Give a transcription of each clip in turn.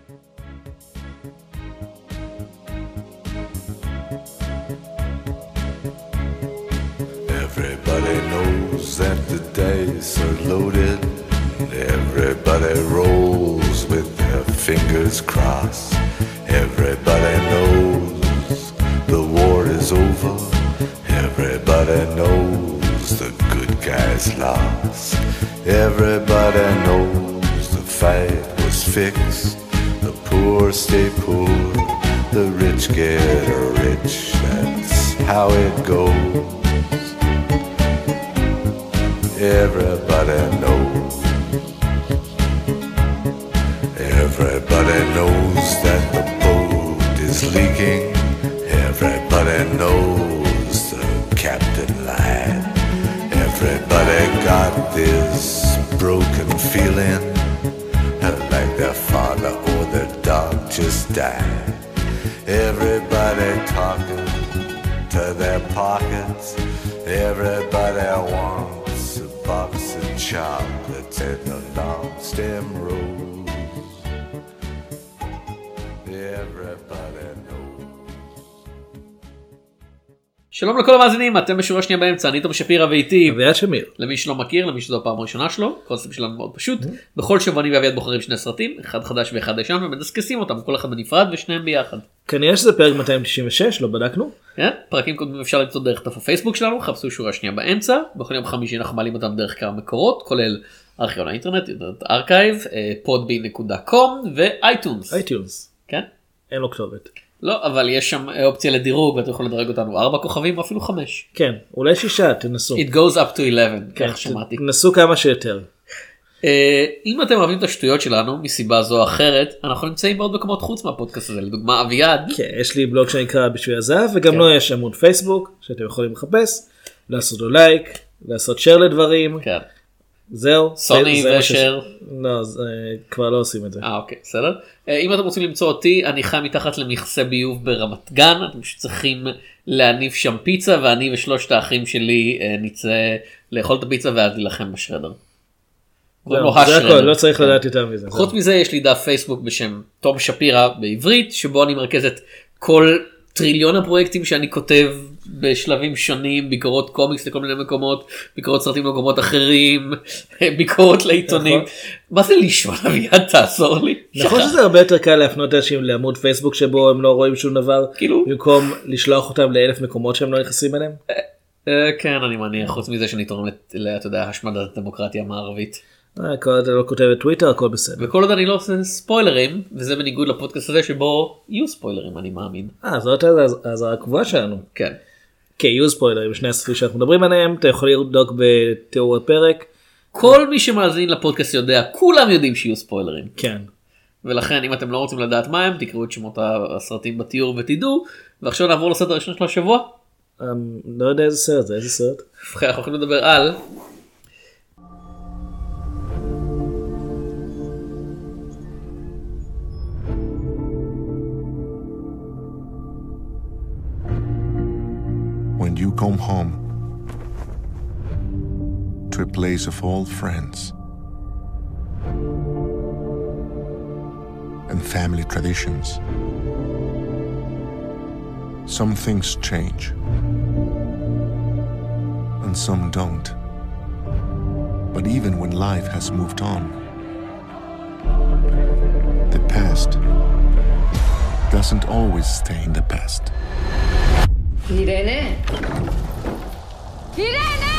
Everybody knows that the dice are loaded. Everybody rolls with their fingers crossed. Everybody knows the war is over. Everybody knows the good guys lost. Everybody knows the fight was fixed. The poor stay poor, the rich get rich. That's how it goes. Everybody knows. Everybody knows that the boat is leaking. Everybody knows the captain lied. Everybody got this broken feeling like their father or their dog just died. Everybody talking to their pockets. Everybody wants a box of chocolates and a long stem rose. Everybody knows. שלום לכל המאזינים, אתם בשורה שנייה באמצע, אני תום שפירא ואיתי אביעד שמיר. למי שלא מכיר, למי שזו הפעם הראשונה שלו, הקונספט שלנו מאוד פשוט. בכל שבוע אני ואביעד בוחרים שני סרטים, אחד חדש ואחד ישן, ומדסקסים אותם, כל אחד בנפרד ושניהם ביחד. כנראה שזה פרק 296, לא בדקנו. כן, פרקים קודמים אפשר למצוא דרך דף הפייסבוק שלנו, חפשו שורה שנייה באמצע, בכל יום חמישי אנחנו מעלים אותם דרך כמה מקורות, כולל ארכיון האינטרנט, ארכייב, podbean.com ואייטונס. אייטונס. כן? אין לו כתובת. לא, אבל יש שם אופציה לדירוג, ואתה יכול לדרג אותנו 4 כוכבים או אפילו 5. כן, אולי 6, תנסו. It goes up to 11, כן, כך שמעתי. תנסו כמה שיותר. אם אתם אוהבים את השטויות שלנו, מסיבה זו או אחרת, אנחנו נמצאים בעוד מקומות חוץ מהפודקאסט הזה, לדוגמה אביעד. כן, יש לי בלוג שנקרא בשביל הזהב, וגם לו יש עמוד פייסבוק, שאתם יכולים לחפש, לעשות לו לייק, לעשות share לדברים. כן. זהו. סוני ושר. לא, כבר לא עושים את זה. אוקיי, בסדר. אם אתם רוצים למצוא אותי, אני חי מתחת למכסה ביוב ברמת גן, אתם צריכים להניף שם פיצה, ואני ושלושת האחים שלי נצא לאכול את הפיצה ואז להילחם בשרדר. זה הכל, לא צריך לדעת יותר מזה. חוץ מזה יש לי דף פייסבוק בשם תום שפירא בעברית, שבו אני מרכז את כל טריליון הפרויקטים שאני כותב בשלבים שונים, ביקורות קומיקס לכל מיני מקומות, ביקורות סרטים למקומות אחרים, ביקורות לעיתונים. מה זה לשמוע אביעד, תעזור לי. נכון שזה הרבה יותר קל להפנות אנשים לעמוד פייסבוק שבו הם לא רואים שום דבר, במקום לשלוח אותם ל1,000 מקומות שהם לא נכנסים אליהם? כן, אני מניח, חוץ מזה שאני תורם להשמדת הדמוקרטיה המערבית. כל עוד אני לא כותב את טוויטר, הכל בסדר. וכל עוד אני לא עושה ספוילרים, וזה בניגוד לפודקאסט הזה שבו יהיו ספוילרים, אני מאמין. זאת הזרה הקבועה שלנו. כן. כן, יהיו ספוילרים, שני הסרטים שאנחנו מדברים עליהם, אתה יכול לבדוק בתיאור הפרק. כל מי שמאזין לפודקאסט יודע, כולם יודעים שיהיו ספוילרים. כן. ולכן אם אתם לא רוצים לדעת מה הם, תקראו את שמות הסרטים בתיאור ותדעו, ועכשיו נעבור לסרט הראשון של השבוע. לא יודע איזה סרט זה, איזה סרט? אנחנו יכולים לדבר על... When you come home to a place of old friends and family traditions, some things change and some don't. But even when life has moved on, the past doesn't always stay in the past. Irene! Irene!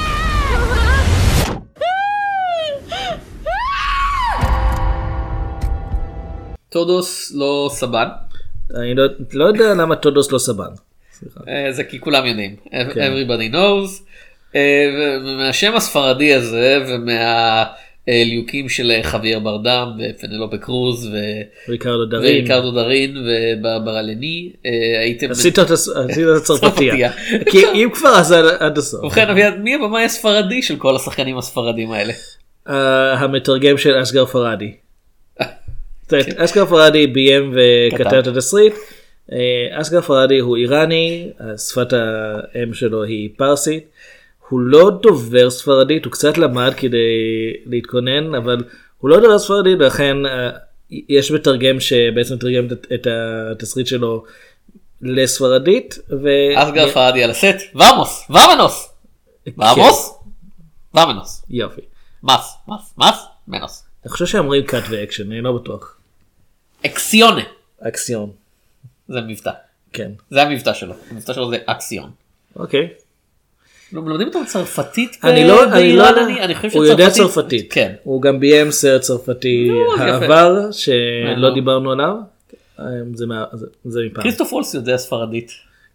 טודוס לא סבן. אני לא יודע למה טודוס לא סבן. זה כי כולם יודעים. Everybody knows. מהשם הספרדי הזה ומהליוקים של חוויאר ברדם ופנלופה קרוז וריקרדו דרין וברלני הייתם... עשית את הצרפתיה. כי אם כבר אז עד הסוף. ובכן אביעד, מי הבמאי הספרדי של כל השחקנים הספרדים האלה? המתרגם של אסגר פרדי. אסגר פרדי ביים וכתב את התסריט. אסגר פרדי הוא איראני, שפת האם שלו היא פרסית. הוא לא דובר ספרדית, הוא קצת למד כדי להתכונן, אבל הוא לא דובר ספרדית, ולכן יש מתרגם שבעצם תרגם את התסריט שלו לספרדית. אסגר פרדי על הסט, ואמונוס. יופי. מס, מנוס. אני חושב שאומרים קאט ואקשן, אני לא בטוח. אקסיונה. אקסיון. זה מבטא. כן. זה המבטא שלו. המבטא שלו זה אקסיון. אוקיי. מלמדים אותו צרפתית אני לא יודע, הוא יודע צרפתית. צרפתית. כן. הוא גם ביים סרט צרפתי העבר שלא דיברנו עליו. זה מפעם. כריסטוף וולף יודע ספרדית.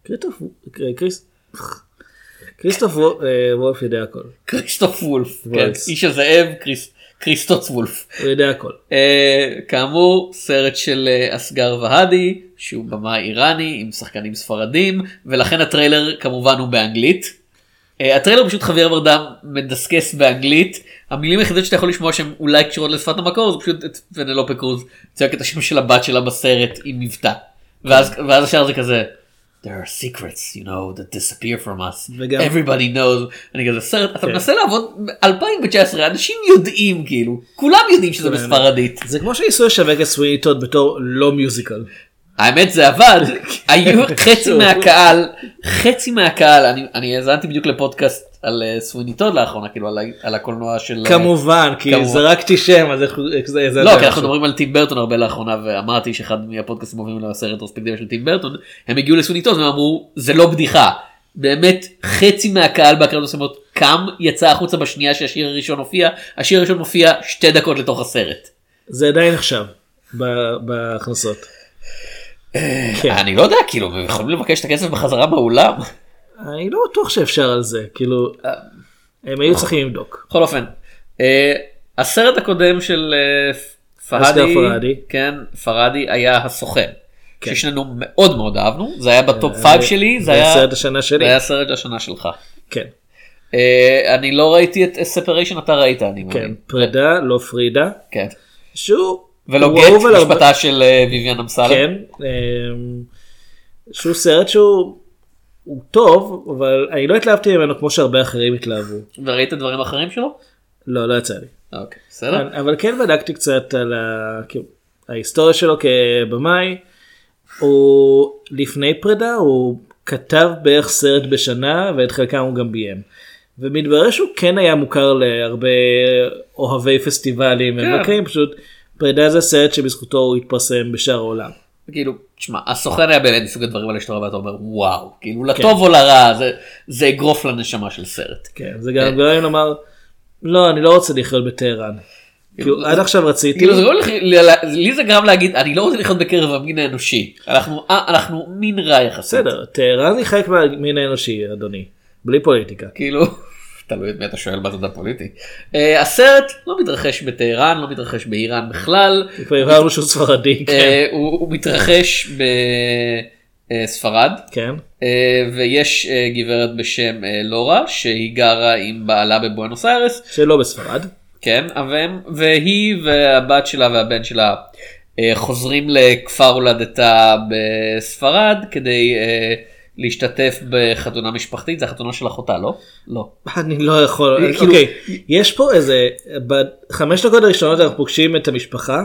כריסטוף וולף יודע הכל. כריסטוף וולף, כן. איש הזאב, כריסטוץ וולף. הוא יודע הכל. כאמור, סרט של אסגר והדי, שהוא במה איראני עם שחקנים ספרדים, ולכן הטריילר כמובן הוא באנגלית. הטריילר פשוט חבייר ברדם מדסקס באנגלית, המילים היחידות שאתה יכול לשמוע שהן אולי קשורות לשפת המקור, זה פשוט את פנלופה קרוז, צועק את השם של הבת שלה בסרט עם מבטא. ואז השאר זה כזה, there are secrets, you know, that disappear from us. Everybody knows. אני כזה סרט, אתה מנסה לעבוד 2019, אנשים יודעים כאילו, כולם יודעים שזה בספרדית. זה כמו שניסו לשווק את סוויני טוד בתור לא מיוזיקל. האמת זה עבד, היו חצי מהקהל, אני האזנתי בדיוק לפודקאסט על סוויני טוד לאחרונה, כאילו על הקולנוע של... כמובן, כי זרקתי שם, אז איך זה... לא, כי אנחנו מדברים על טים ברטון הרבה לאחרונה, ואמרתי שאחד מהפודקאסטים מובילים לסרט רוספקטיבה של טים ברטון, הם הגיעו לסוויני טוד והם אמרו, זה לא בדיחה, באמת חצי מהקהל בהקרנות עושות קם, יצא החוצה בשנייה שהשיר הראשון הופיע, השיר הראשון מופיע 2 דקות לתוך הסרט. זה עדיין עכשיו, בהכנסות. אני לא יודע, כאילו, יכולים לבקש את הכסף בחזרה באולם. אני לא בטוח שאפשר על זה, כאילו, הם היו צריכים לבדוק. בכל אופן, הסרט הקודם של פרדי, כן, פרדי היה הסוכן, ששנינו מאוד מאוד אהבנו, זה היה בטופ 5 שלי, זה היה סרט השנה שלי. זה היה סרט השנה שלך. כן. אני לא ראיתי את ספריישן, אתה ראית, אני כן, פרידה, לא פרידה. כן. שהוא... ולא גט, משפטה של ויויאן אמסלם. כן, שהוא סרט שהוא טוב, אבל אני לא התלהבתי ממנו כמו שהרבה אחרים התלהבו. וראית דברים אחרים שלו? לא, לא יצא לי. אוקיי, בסדר. אבל כן בדקתי קצת על ההיסטוריה שלו כבמאי. הוא לפני פרידה, הוא כתב בערך סרט בשנה, ואת חלקם הוא גם ביים. ומתברר שהוא כן היה מוכר להרבה אוהבי פסטיבלים, ומבקרים פשוט... פרידה זה סרט שבזכותו הוא התפרסם בשאר העולם. כאילו, תשמע, הסוכן היה באמת מסוג הדברים האלה שאתה רואה ואתה אומר, וואו, כאילו, לטוב או לרע, זה אגרוף לנשמה של סרט. כן, זה גם גורם לומר, לא, אני לא רוצה לחיות בטהרן. כאילו, עד עכשיו רציתי. כאילו, לי זה גרם להגיד, אני לא רוצה לחיות בקרב המין האנושי. אנחנו מין רע יחסית. בסדר, טהרן היא חלק מהמין האנושי, אדוני. בלי פוליטיקה. כאילו... תלוי את מי אתה שואל בצד הפוליטי. הסרט לא מתרחש בטהרן, לא מתרחש באיראן בכלל. כבר הבהרנו שהוא ספרדי. הוא מתרחש בספרד. כן. ויש גברת בשם לורה, שהיא גרה עם בעלה בבואנוס איירס. שלא בספרד. כן, והיא והבת שלה והבן שלה חוזרים לכפר הולדתה בספרד, כדי... להשתתף בחתונה משפחתית, זה החתונה של אחותה, לא? לא. אני לא יכול, אוקיי, יש פה איזה, ב5 דקות הראשונות אנחנו פוגשים את המשפחה,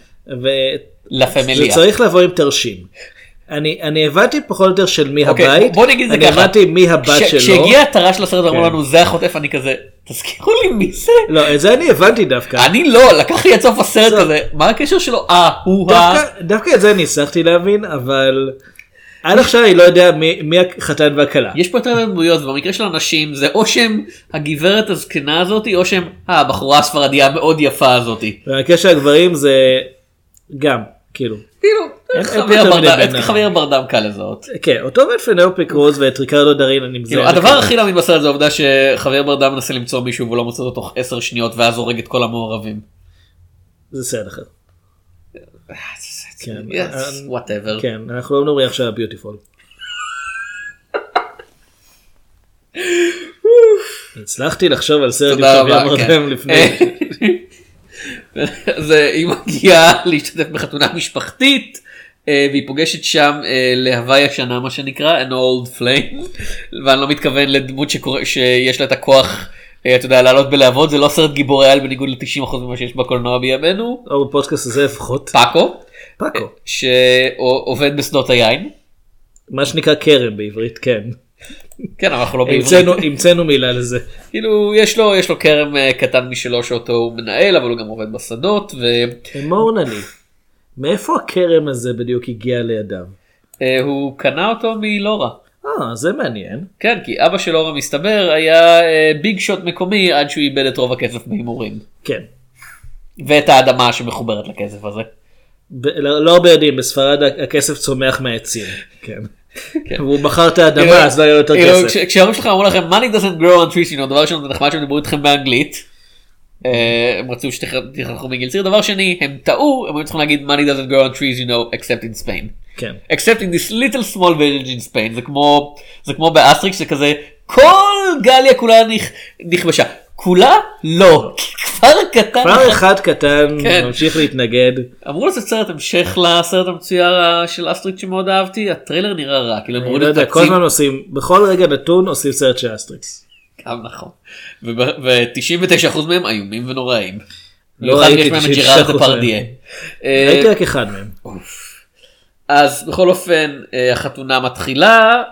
וזה צריך לבוא עם תרשים. אני הבנתי פחות או יותר של מי הבית, אני הבנתי מי הבת שלו. כשהגיע התרה של הסרט אמרו לנו, זה החוטף, אני כזה, תזכירו לי מי זה? לא, את זה אני הבנתי דווקא. אני לא, לקח לי את סוף הסרט הזה, מה הקשר שלו? דווקא את זה ניסחתי להבין, אבל... עד עכשיו אני לא יודע מי החתן והכלה. יש פה יותר דמויות, ובמקרה של אנשים זה או שהם הגברת הזקנה הזאת, או שהם הבחורה הספרדיה המאוד יפה הזאת. במקרה של הגברים זה גם, כאילו. חביר ברדם קל לזהות. כן, אותו ואת פנלופה קרוז ואת ריקרדו דרין אני מזהה. הדבר הכי להאמין בסרט זה העובדה שחביר ברדם מנסה למצוא מישהו והוא לא מוצא אותו תוך 10 שניות ואז הורג את כל המעורבים. זה סרט אחר. כן, whatever. כן, אנחנו לא מדברים עכשיו ביוטיפול. הצלחתי לחשוב על סרט עם חביר ברדם לפני. אז היא מגיעה להשתתף בחתונה משפחתית, והיא פוגשת שם להווי השנה מה שנקרא, an old flame, ואני לא מתכוון לדמות שיש לה את הכוח אתה יודע, לעלות בלהבות זה לא סרט גיבורי על בניגוד ל-90% ממה שיש בקולנוע בימינו. או בפודקאסט הזה לפחות. פאקו. שעובד בשדות היין. מה שנקרא קרם בעברית, כן. כן, אבל אנחנו לא בעברית. המצאנו מילה לזה. כאילו, יש לו קרם קטן משלו שאותו הוא מנהל, אבל הוא גם עובד בשדות. אמור נא לי, מאיפה הקרם הזה בדיוק הגיע לידיו? הוא קנה אותו מלורה. זה מעניין. כן, כי אבא של לורה מסתבר היה ביג שוט מקומי עד שהוא איבד את רוב הכסף בהימורים. כן. ואת האדמה שמחוברת לכסף הזה. לא הרבה יודעים, בספרד הכסף צומח מהעצים. כן. והוא מכר את האדמה, אז לא היה יותר כסף. כשההורים שלך אמרו לכם, money doesn't grow on trees, דבר ראשון, זה נחמד שהם דיברו איתכם באנגלית. הם רצו שתחנכו מגיל צעיר. דבר שני, הם טעו, הם היו צריכים להגיד, money doesn't grow on trees, you know, except in Spain. כן. except in this little small village in Spain. זה כמו באסטריקס, זה כזה, כל גליה כולה נכבשה. כולה? לא. כפר קטן. כפר אחד קטן, ממשיך להתנגד. אמרו לעשות סרט המשך לסרט המצויר של אסטריקס שמאוד אהבתי, הטריילר נראה רע. אני לא יודע, כל הזמן עושים, בכל רגע נתון עושים סרט של אסטריקס. גם נכון. ו-99% מהם איומים ונוראים. לא ראיתי 99% מהם. ראיתי רק אחד מהם. אז בכל אופן החתונה מתחילה,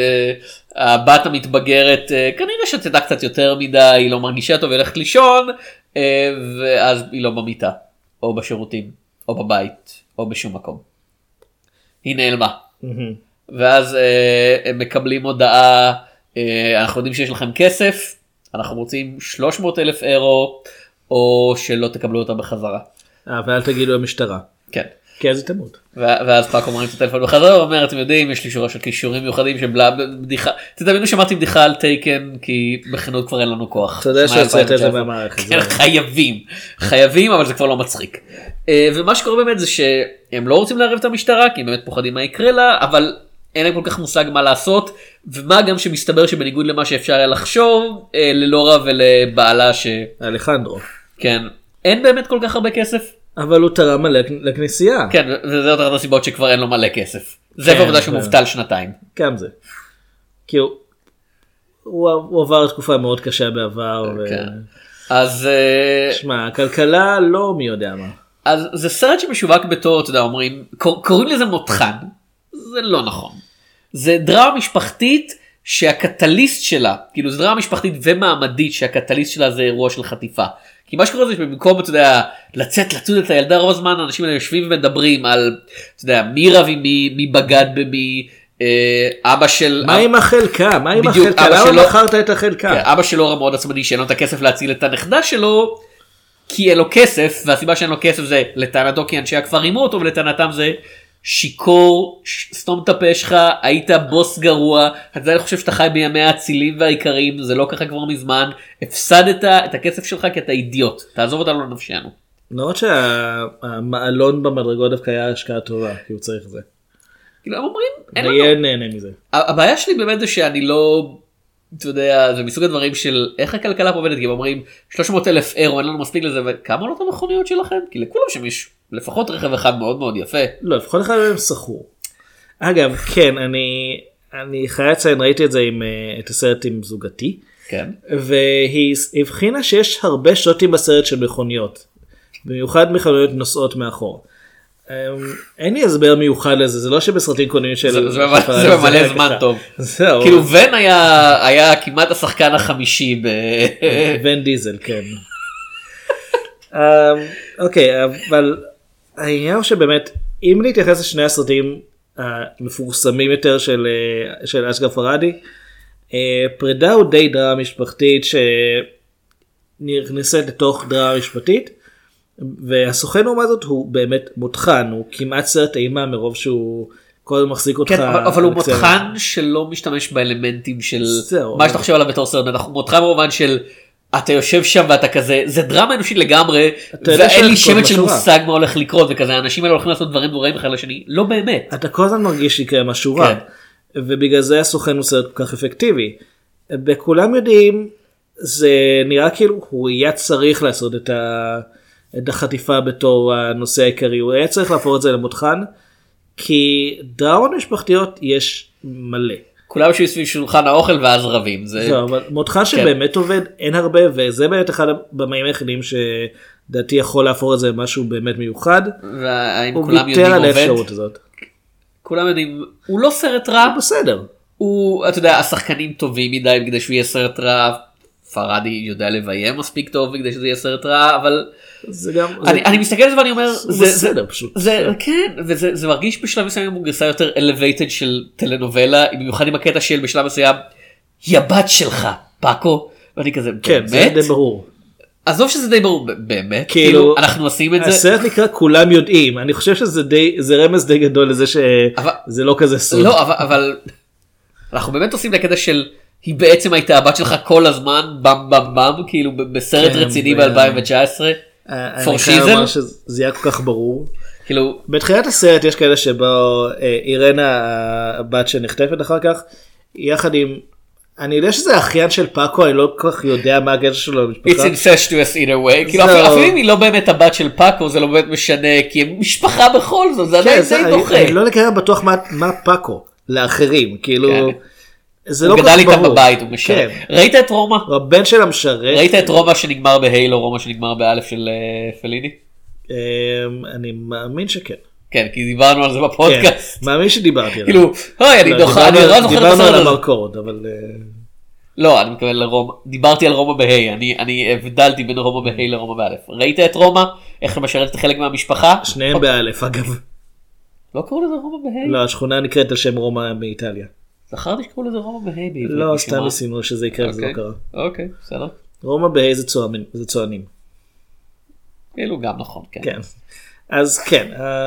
הבת המתבגרת כנראה שתדע קצת יותר מדי, היא לא מרגישה טוב, היא הולכת לישון, ואז היא לא במיטה, או בשירותים, או בבית, או בשום מקום. היא נעלמה. ואז הם מקבלים הודעה, אנחנו יודעים שיש לכם כסף, אנחנו רוצים 300,000 אירו, או שלא תקבלו אותה בחזרה. ואל תגידו למשטרה. כן. כי אז היא תמות. ואז פאקו מרים את הטלפון בחזרה, הוא אומר, אתם יודעים, יש לי שורה של קישורים מיוחדים שבדיחה, תדמיינו שמעתי בדיחה על טייקן, כי בכנות כבר אין לנו כוח. אתה יודע שהצעת את זה מהמערכת. כן, חייבים, אבל זה כבר לא מצחיק. ומה שקורה באמת זה שהם לא רוצים לערב את המשטרה, כי הם באמת פוחדים מה יקרה לה, אבל אין להם כל כך מושג מה לעשות, ומה גם שמסתבר שבניגוד למה שאפשר היה לחשוב, ללורה ולבעלה אלחנדרו. כן, אין באמת כל כך הרבה כסף. אבל הוא תרם מלא לכנסייה. כן, וזה אותה הסיבות שכבר אין לו מלא כסף. זה בעובדה שהוא מובטל שנתיים. גם זה. כי הוא עבר תקופה מאוד קשה בעבר. כן. אז... שמע, הכלכלה לא מי יודע מה. אז זה סרט שמשווק בתור, אתה יודע, אומרים, קוראים לזה מותחן. זה לא נכון. זה דרמה משפחתית שהקטליסט שלה, כאילו זה דרמה משפחתית ומעמדית שהקטליסט שלה זה אירוע של חטיפה. כי מה שקורה זה שבמקום, אתה יודע, לצוד את הילדה רוב הזמן, האנשים האלה יושבים ומדברים על, אתה יודע, מי רב עם מי בגד במי, אבא של... מה עם החלקה? מה עם החלקה? למה בחרת את החלקה? אבא של אורה מאוד עצמני שאין לו את הכסף להציל את הנכדה שלו, כי אין לו כסף, והסיבה שאין לו כסף זה לטענתו כי אנשי הכפר רימו אותו, ולטענתם זה שיקור, סתום את הפה שלך, היית בוס גרוע, אתה יודע, אני חושב שאתה חי בימי האצילים והעיקרים, זה לא ככה כבר מזמן, הפסדת את הכסף שלך כי אתה אידיוט, תעזוב אותנו לנפשנו. למרות שהמעלון במדרגות דווקא היה השקעה טובה, כי הוא צריך זה. כאילו הם אומרים, אין לנו. נהנה מזה. הבעיה שלי באמת זה שאני לא, אתה יודע, זה מסוג הדברים של איך הכלכלה פה עובדת, כי הם אומרים 300,000 אירו, אין לנו מספיק לזה, וכמה עולות המכוניות שלכם? כי לכולם שם יש לפחות רכב אחד מאוד מאוד יפה. לא, לפחות אחד מהם סחור. אגב, כן, אני חייב לציין, ראיתי את זה את הסרט עם זוגתי, כן. והיא הבחינה שיש הרבה שוטים בסרט של מכוניות, במיוחד מכוניות נוסעות מאחור. אין לי הסבר מיוחד לזה, זה לא שבסרטים קודמים של... זה ממלא זמן טוב. כאילו ון היה כמעט השחקן החמישי ון דיזל, כן. אוקיי, אבל העניין הוא שבאמת, אם להתייחס לשני הסרטים המפורסמים יותר של אשגר פרהדי, פרידה הוא די דרמה משפחתית שנכנסת לתוך דרמה משפטית, והסוכן לעומת זאת הוא באמת מותחן, הוא כמעט סרט אימה מרוב שהוא כל הזמן מחזיק אותך. כן, אבל הוא מותחן שלא משתמש באלמנטים של מה שאתה חושב עליו בתור סרט, אנחנו מותחן במובן של אתה יושב שם ואתה כזה, זה דרמה אנושית לגמרי, ואין לי שמץ של מושג מה הולך לקרות, וכזה האנשים האלה הולכים לעשות דברים נוראים אחד לשני, לא באמת. אתה כל הזמן מרגיש שיקרה משהו רע, ובגלל זה הסוכן הוא סרט כל כך אפקטיבי. בכולם יודעים, זה נראה כאילו הוא היה צריך לעשות את החטיפה בתור הנושא העיקרי, הוא היה צריך להפוך את זה למותחן, כי דרמות משפחתיות יש מלא. כולם יושבים סביב שולחן האוכל ואז רבים. זהו, אבל מותחן שבאמת עובד אין הרבה, וזה באמת אחד הבמאים היחידים שדעתי יכול להפוך את זה משהו באמת מיוחד. והאם הוא כולם ויתר יודעים על עובד? האפשרות הזאת. כולם יודעים, הוא לא סרט רע, הוא בסדר. הוא, אתה יודע, השחקנים טובים מדי כדי שהוא יהיה סרט רע, פרדי יודע לביים מספיק טוב כדי שזה יהיה סרט רע, אבל זה גם... אני מסתכל על זה ואני אומר, הוא בסדר פשוט. כן, וזה מרגיש בשלב מסוים הוא גרסה יותר elevated של טלנובלה, במיוחד עם הקטע של בשלב מסוים, היא הבת שלך, פאקו, ואני כזה, כן, זה די ברור. עזוב שזה די ברור, באמת, כאילו, כאילו אנחנו עושים את זה. הסרט נקרא כולם יודעים, אני חושב שזה רמז די גדול לזה שזה לא כזה סוד. לא, אבל אנחנו באמת עושים לקטע של, היא בעצם הייתה הבת שלך כל הזמן, במ במ במ, כאילו בסרט רציני ב-2019. אני חייב לומר שזה היה כל כך ברור. כאילו, בתחילת הסרט יש כאלה שבו אירנה, הבת שנחטפת אחר כך, יחד עם, אני יודע שזה האחיין של פאקו, אני לא כל כך יודע מה הקשר שלו it's במשפחה. incestuous either way, כאילו אפילו אם היא לא באמת הבת של פאקו זה לא באמת משנה, כי הם משפחה בכל זאת, זה עדיין די דוחה. אני לא לגמרי בטוח מה פאקו לאחרים, כאילו, זה לא הוא כל כך גדל ברור. איתם בבית, הוא משרת. ראית את רומא? הבן של המשרת. ראית את רומא שנגמר בהיילו, רומא שנגמר באלף של פליני? אני מאמין שכן. כן, כי דיברנו על זה בפודקאסט. מאמין שדיברתי עליו. כאילו, אני לא זוכר את דיברנו על הסרט הזה. המרקורד, אבל... לא, אני מתכוון לרומא, דיברתי על רומא בהי, אני הבדלתי בין רומא בהי לרומא באלף. ראית את רומא? איך משרת חלק מהמשפחה? שניהם באלף אגב. לא קראו לזה רומא בהי? לא, השכונה נקראת על שם רומא באיטליה. זכרתי שקראו לזה רומא בהי בעברית. לא, סתם ניסינו שזה יקרה וזה לא קרה. אוקיי, בסדר. רומא בהי זה צוענים. כאילו גם נכון, כן. כן. אז כן.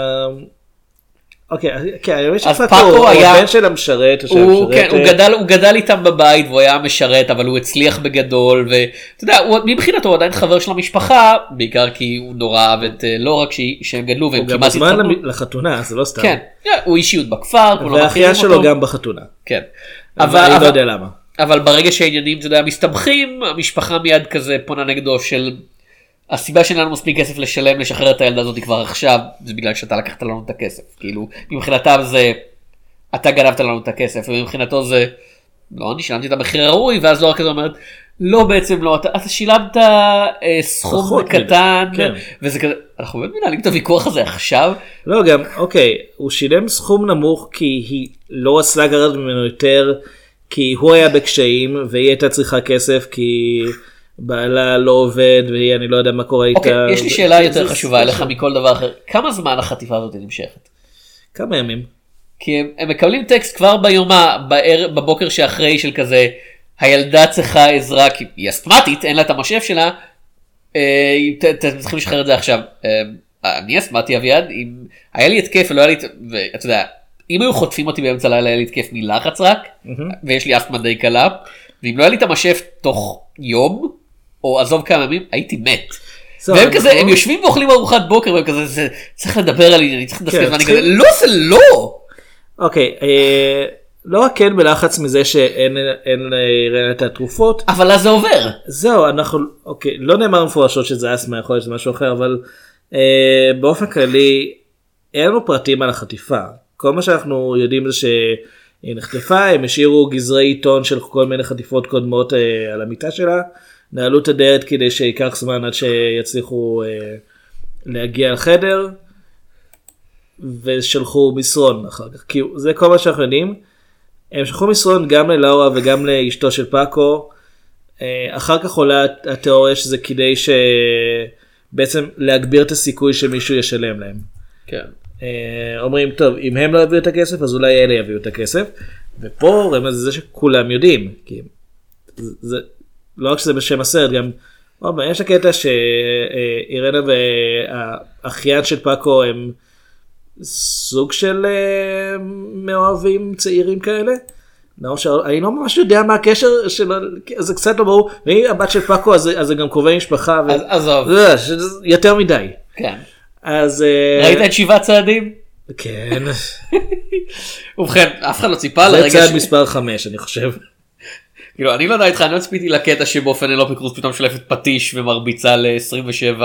אוקיי, כן, אז פאקו היה, הבן של המשרת, הוא גדל איתם בבית והוא היה משרת, אבל הוא הצליח בגדול, ואתה יודע, מבחינתו הוא עדיין חבר של המשפחה, בעיקר כי הוא נורא אהב את, לא רק שהם גדלו, והם כמעט התחתנו. הוא גם בזמן לחתונה, זה לא סתם. כן, הוא אישיות בכפר, והאחיין שלו גם בחתונה. כן. אני לא יודע למה. אבל ברגע שהעניינים, אתה יודע, מסתבכים, המשפחה מיד כזה פונה נגדו של... הסיבה שאין לנו מספיק כסף לשלם, לשחרר את הילדה הזאת כבר עכשיו, זה בגלל שאתה לקחת לנו את הכסף. כאילו, מבחינתם זה, אתה גנבת לנו את הכסף, ומבחינתו זה, לא, אני שילמתי את המחיר הראוי, ואז לא רק כזה אומרת, לא בעצם לא, אתה שילמת סכום קטן, וזה כזה, אנחנו באמת מנהלים את הוויכוח הזה עכשיו. לא, גם, אוקיי, הוא שילם סכום נמוך, כי היא לא רצה לגרד ממנו יותר, כי הוא היה בקשיים, והיא הייתה צריכה כסף, כי... בעלה לא עובד והיא אני לא יודע מה קורה איתה. אוקיי, יש לי שאלה יותר חשובה אליך מכל דבר אחר. כמה זמן החטיפה הזאת נמשכת? כמה ימים. כי הם מקבלים טקסט כבר בבוקר שאחרי של כזה, הילדה צריכה עזרה, כי היא אסתמטית, אין לה את המשאף שלה, אתם צריכים לשחרר את זה עכשיו. אני אסתמטי אביעד, היה לי התקף ולא היה לי, ואתה יודע, אם היו חוטפים אותי באמצע לילה, היה לי התקף מלחץ רק, ויש לי אסתמה די קלה, ואם לא היה לי את המשאף תוך יום, או עזוב כמה ימים, הייתי מת. והם כזה, הם יושבים ואוכלים ארוחת בוקר, והם כזה, צריך לדבר על עניין, אני צריך לדסקס, ואני כזה, לא זה לא! אוקיי, לא רק כן בלחץ מזה שאין את התרופות. אבל אז זה עובר. זהו, אנחנו, אוקיי, לא נאמר מפורשות שזה אסמה, יכול להיות שזה משהו אחר, אבל באופן כללי, אין לנו פרטים על החטיפה. כל מה שאנחנו יודעים זה שהיא נחטפה, הם השאירו גזרי עיתון של כל מיני חטיפות קודמות על המיטה שלה, נעלו את הדלת כדי שיקח זמן עד שיצליחו להגיע לחדר, ושלחו מסרון אחר כך, כי זה כל מה שאנחנו יודעים. הם שלחו מסרון גם ללאורה וגם לאשתו של פאקו, אחר כך עולה התיאוריה שזה כדי שבעצם להגביר את הסיכוי שמישהו ישלם להם. כן. אומרים טוב, אם הם לא יביאו את הכסף אז אולי אלה יביאו את הכסף, ופה רמז זה שכולם יודעים, כי זה לא רק שזה בשם הסרט, גם יש הקטע שאירנה והאחיין של פאקו הם סוג של מאוהבים צעירים כאלה. אני לא ממש יודע מה הקשר שלו, זה קצת לא ברור, והיא הבת של פאקו אז זה גם קרובי משפחה, עזוב. יותר מדי. כן. אז ראית את 7 צעדים? כן. ובכן, אף אחד לא ציפה לרגע זה צעד מספר 5 אני חושב. כאילו, אני לא יודע איתך, אני לא צפיתי לקטע שבו פנלופי קרוז פתאום שולפת פטיש ומרביצה ל-27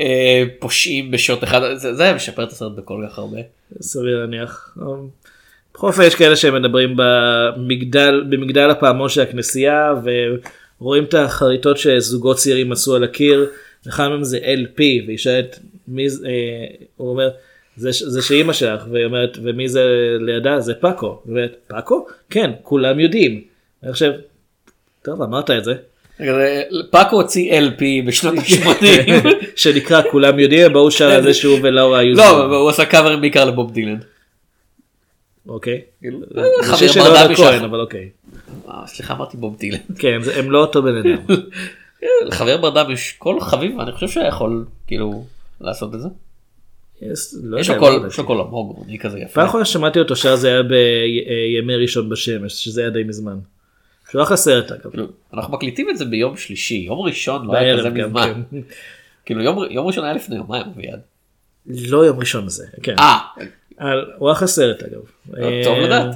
פושעים בשוט אחד, זה היה משפר את הסרט בכל כך הרבה. סביר להניח. בכל אופן יש כאלה שמדברים במגדל הפעמון של הכנסייה, ורואים את החריטות שזוגות צעירים עשו על הקיר, אחד מהם זה LP, והיא שואלת, הוא אומר, זה שאימא שלך, והיא אומרת, ומי זה לידה? זה פאקו. והיא אומרת, פאקו? כן, כולם יודעים. אני חושב, טוב, אמרת את זה. פאקו הוציא LP בשנות ה-80. שנקרא כולם יודעים, בואו שר על זה שהוא ולאורה היו לא, הוא עשה קאברים בעיקר לבוב דילן. אוקיי. חבר ברדמי כהן, אבל אוקיי. סליחה, אמרתי בוב דילן. כן, הם לא אותו בן אדם. חבר ברדמי, כל חביב, אני חושב שהיה יכול כאילו לעשות את זה. יש לו קול עמוק, אני כזה יפה. פעם אחרונה שמעתי אותו שר, זה היה בימי ראשון בשמש, שזה היה די מזמן. שהוא אחלה סרט אגב. אנחנו מקליטים את זה ביום שלישי, יום ראשון לא היה כזה מזמן. כאילו יום ראשון היה לפני יומיים ביד. לא יום ראשון הזה, כן. הוא אחלה סרט אגב. טוב לדעת.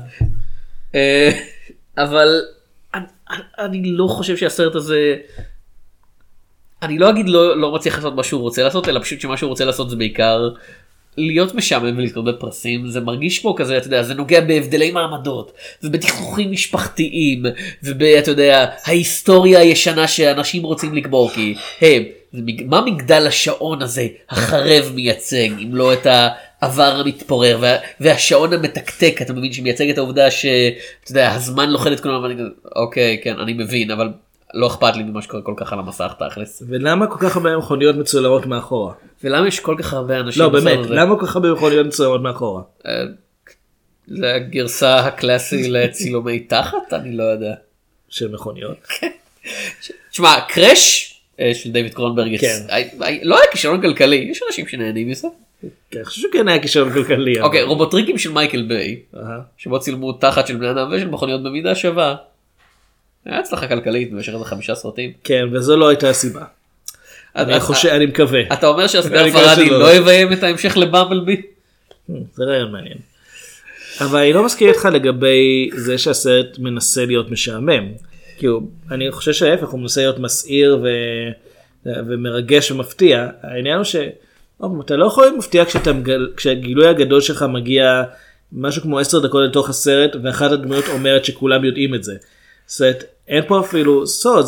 אבל אני לא חושב שהסרט הזה, אני לא אגיד לא מצליח לעשות מה שהוא רוצה לעשות, אלא פשוט שמה שהוא רוצה לעשות זה בעיקר להיות משעמם ולזכות בפרסים. זה מרגיש פה כזה, אתה יודע, זה נוגע בהבדלי מעמדות, ובתכנוכים משפחתיים, אתה יודע, ההיסטוריה הישנה שאנשים רוצים לקבור, כי, מה מגדל השעון הזה החרב מייצג, אם לא את העבר המתפורר, והשעון המתקתק, אתה מבין שמייצג את העובדה שאתה יודע, הזמן לוחד את כולם, ואני כזה, אוקיי, כן, אני מבין, אבל לא אכפת לי ממה שקורה כל כך על המסך תכלס. ולמה כל כך הרבה מכוניות מצולמות מאחורה? ולמה יש כל כך הרבה אנשים? לא באמת, למה כל כך הרבה מכוניות מצולמות מאחורה? זה הגרסה הקלאסי לצילומי תחת? אני לא יודע. של מכוניות? תשמע, קרש של דיוויד קרונברג, לא היה כישלון כלכלי, יש אנשים שנהנים מזה. אני חושב שכן היה כישלון כלכלי. אוקיי, רובוטריקים של מייקל ביי, שבו צילמו תחת של בני אדם ושל מכוניות במידה שווה. היה הצלחה כלכלית במשך איזה 5 סרטים. כן, וזו לא הייתה הסיבה. אני מקווה. אתה אומר שאסגר פרדי לא יביים את ההמשך לבמבלבי? זה רעיון מעניין. אבל אני לא מסכים איתך לגבי זה שהסרט מנסה להיות משעמם. כאילו, אני חושב שההפך, הוא מנסה להיות מסעיר ומרגש ומפתיע. העניין הוא אתה לא יכול להיות מפתיע כשהגילוי הגדול שלך מגיע משהו כמו 10 דקות לתוך הסרט, ואחת הדמויות אומרת שכולם יודעים את זה. זאת, אין פה אפילו סוד,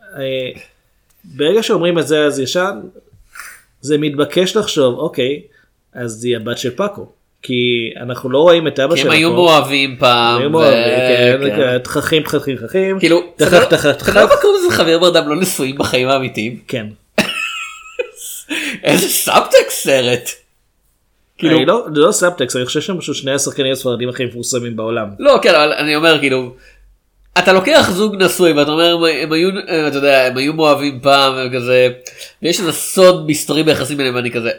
ברגע שאומרים את זה אז ישר, זה מתבקש לחשוב, אוקיי, אז זה הבת של פאקו, כי אנחנו לא רואים את אבא שלנו. כי הם היו מואבים פעם. תככים, כאילו, אתה לא מקום איזה חבר ברדם לא נשואים בחיים האמיתיים? כן. איזה סאבטקסט סרט. זה לא סאבטקסט, אני חושב שהם פשוט שני השחקנים הספרדים הכי מפורסמים בעולם. לא, כן, אבל אני אומר כאילו, אתה לוקח זוג נשוי ואתה אומר הם היו מואבים פעם וכזה, ויש איזה סוד מסתורי ביחסים ביניהם ואני כזה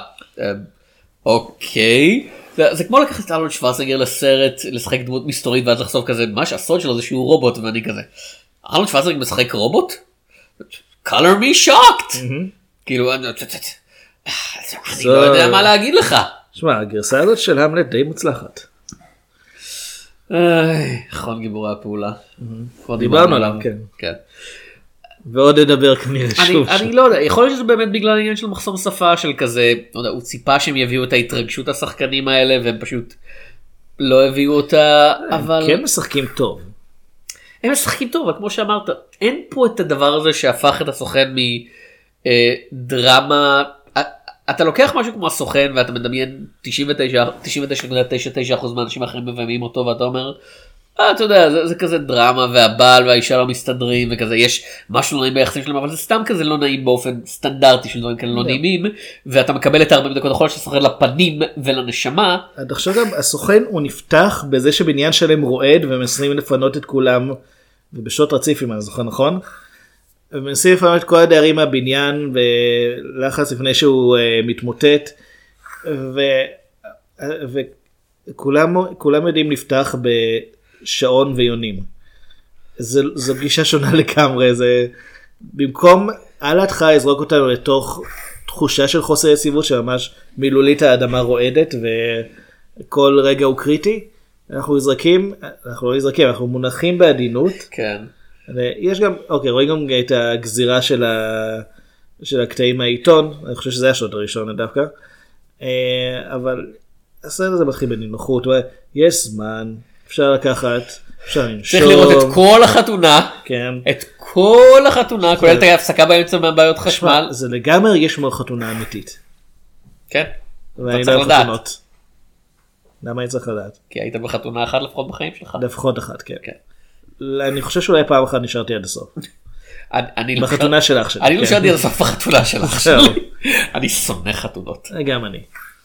אוקיי, זה כמו לקחת את ארנולד שוורצנגר לסרט לשחק דמות מסתורית ואז לחשוף כזה מה שהסוד שלו זה שהוא רובוט ואני כזה ארנולד שוורצנגר משחק רובוט? color me shocked כאילו אני לא יודע מה להגיד לך. שמע, הגרסה הזאת של המלט די מוצלחת. נכון, גיבורי הפעולה. דיברנו עליו, כן. ועוד נדבר כנראה שוב. אני לא יודע, יכול להיות שזה באמת בגלל העניין של מחסום שפה של כזה, הוא ציפה שהם יביאו את ההתרגשות השחקנים האלה והם פשוט לא הביאו אותה, אבל... כן משחקים טוב. הם משחקים טוב, אבל כמו שאמרת, אין פה את הדבר הזה שהפך את הסוכן מדרמה... אתה לוקח משהו כמו הסוכן ואתה מדמיין 99.99% מהאנשים האחרים מביימים אותו ואתה אומר, אתה יודע, זה כזה דרמה והבעל והאישה לא מסתדרים וכזה, יש משהו נעים ביחסים שלהם, אבל זה סתם כזה לא נעים באופן סטנדרטי של דברים כאלה לא נעימים, ואתה מקבל את 40 דקות החול שסוחר לפנים ולנשמה. עד עכשיו גם הסוכן הוא נפתח בזה שבניין שלהם רועד ומנסים לפנות את כולם, ובשעות רציף אם אני זוכר נכון, ומנסים לפנות את כל הדיירים מהבניין ולחץ לפני שהוא מתמוטט, וכולם יודעים לפתח בשעון ויונים. זו גישה שונה לגמרי, זה במקום על ההתחלה יזרוק אותנו לתוך תחושה של חוסר יציבות שממש מילולית האדמה רועדת וכל רגע הוא קריטי, אנחנו לא מונחים בעדינות. כן. יש גם, אוקיי, רואים גם את הגזירה של הקטעים מהעיתון, אני חושב שזה השוט הראשון דווקא, אבל הסרט הזה מתחיל בנינוחות, יש זמן, אפשר לקחת, אפשר לנשום. צריך לראות את כל החתונה, כן. את כל החתונה, כולל את ההפסקה באמצע מהבעיות חשמל. זה לגמרי יש כמו חתונה אמיתית. כן. ואני אתה לא צריך אוהב לדעת. חתונות. למה אני צריך לדעת? כי היית בחתונה אחת לפחות בחיים שלך. לפחות אחת, כן. כן. אני חושב שאולי פעם אחת נשארתי עד הסוף. אני לא בחתונה של אח שלי. אני לא כן. שאלתי על סוף החתונה של אח זהו. שלי. אני שונא חתונות. גם אני.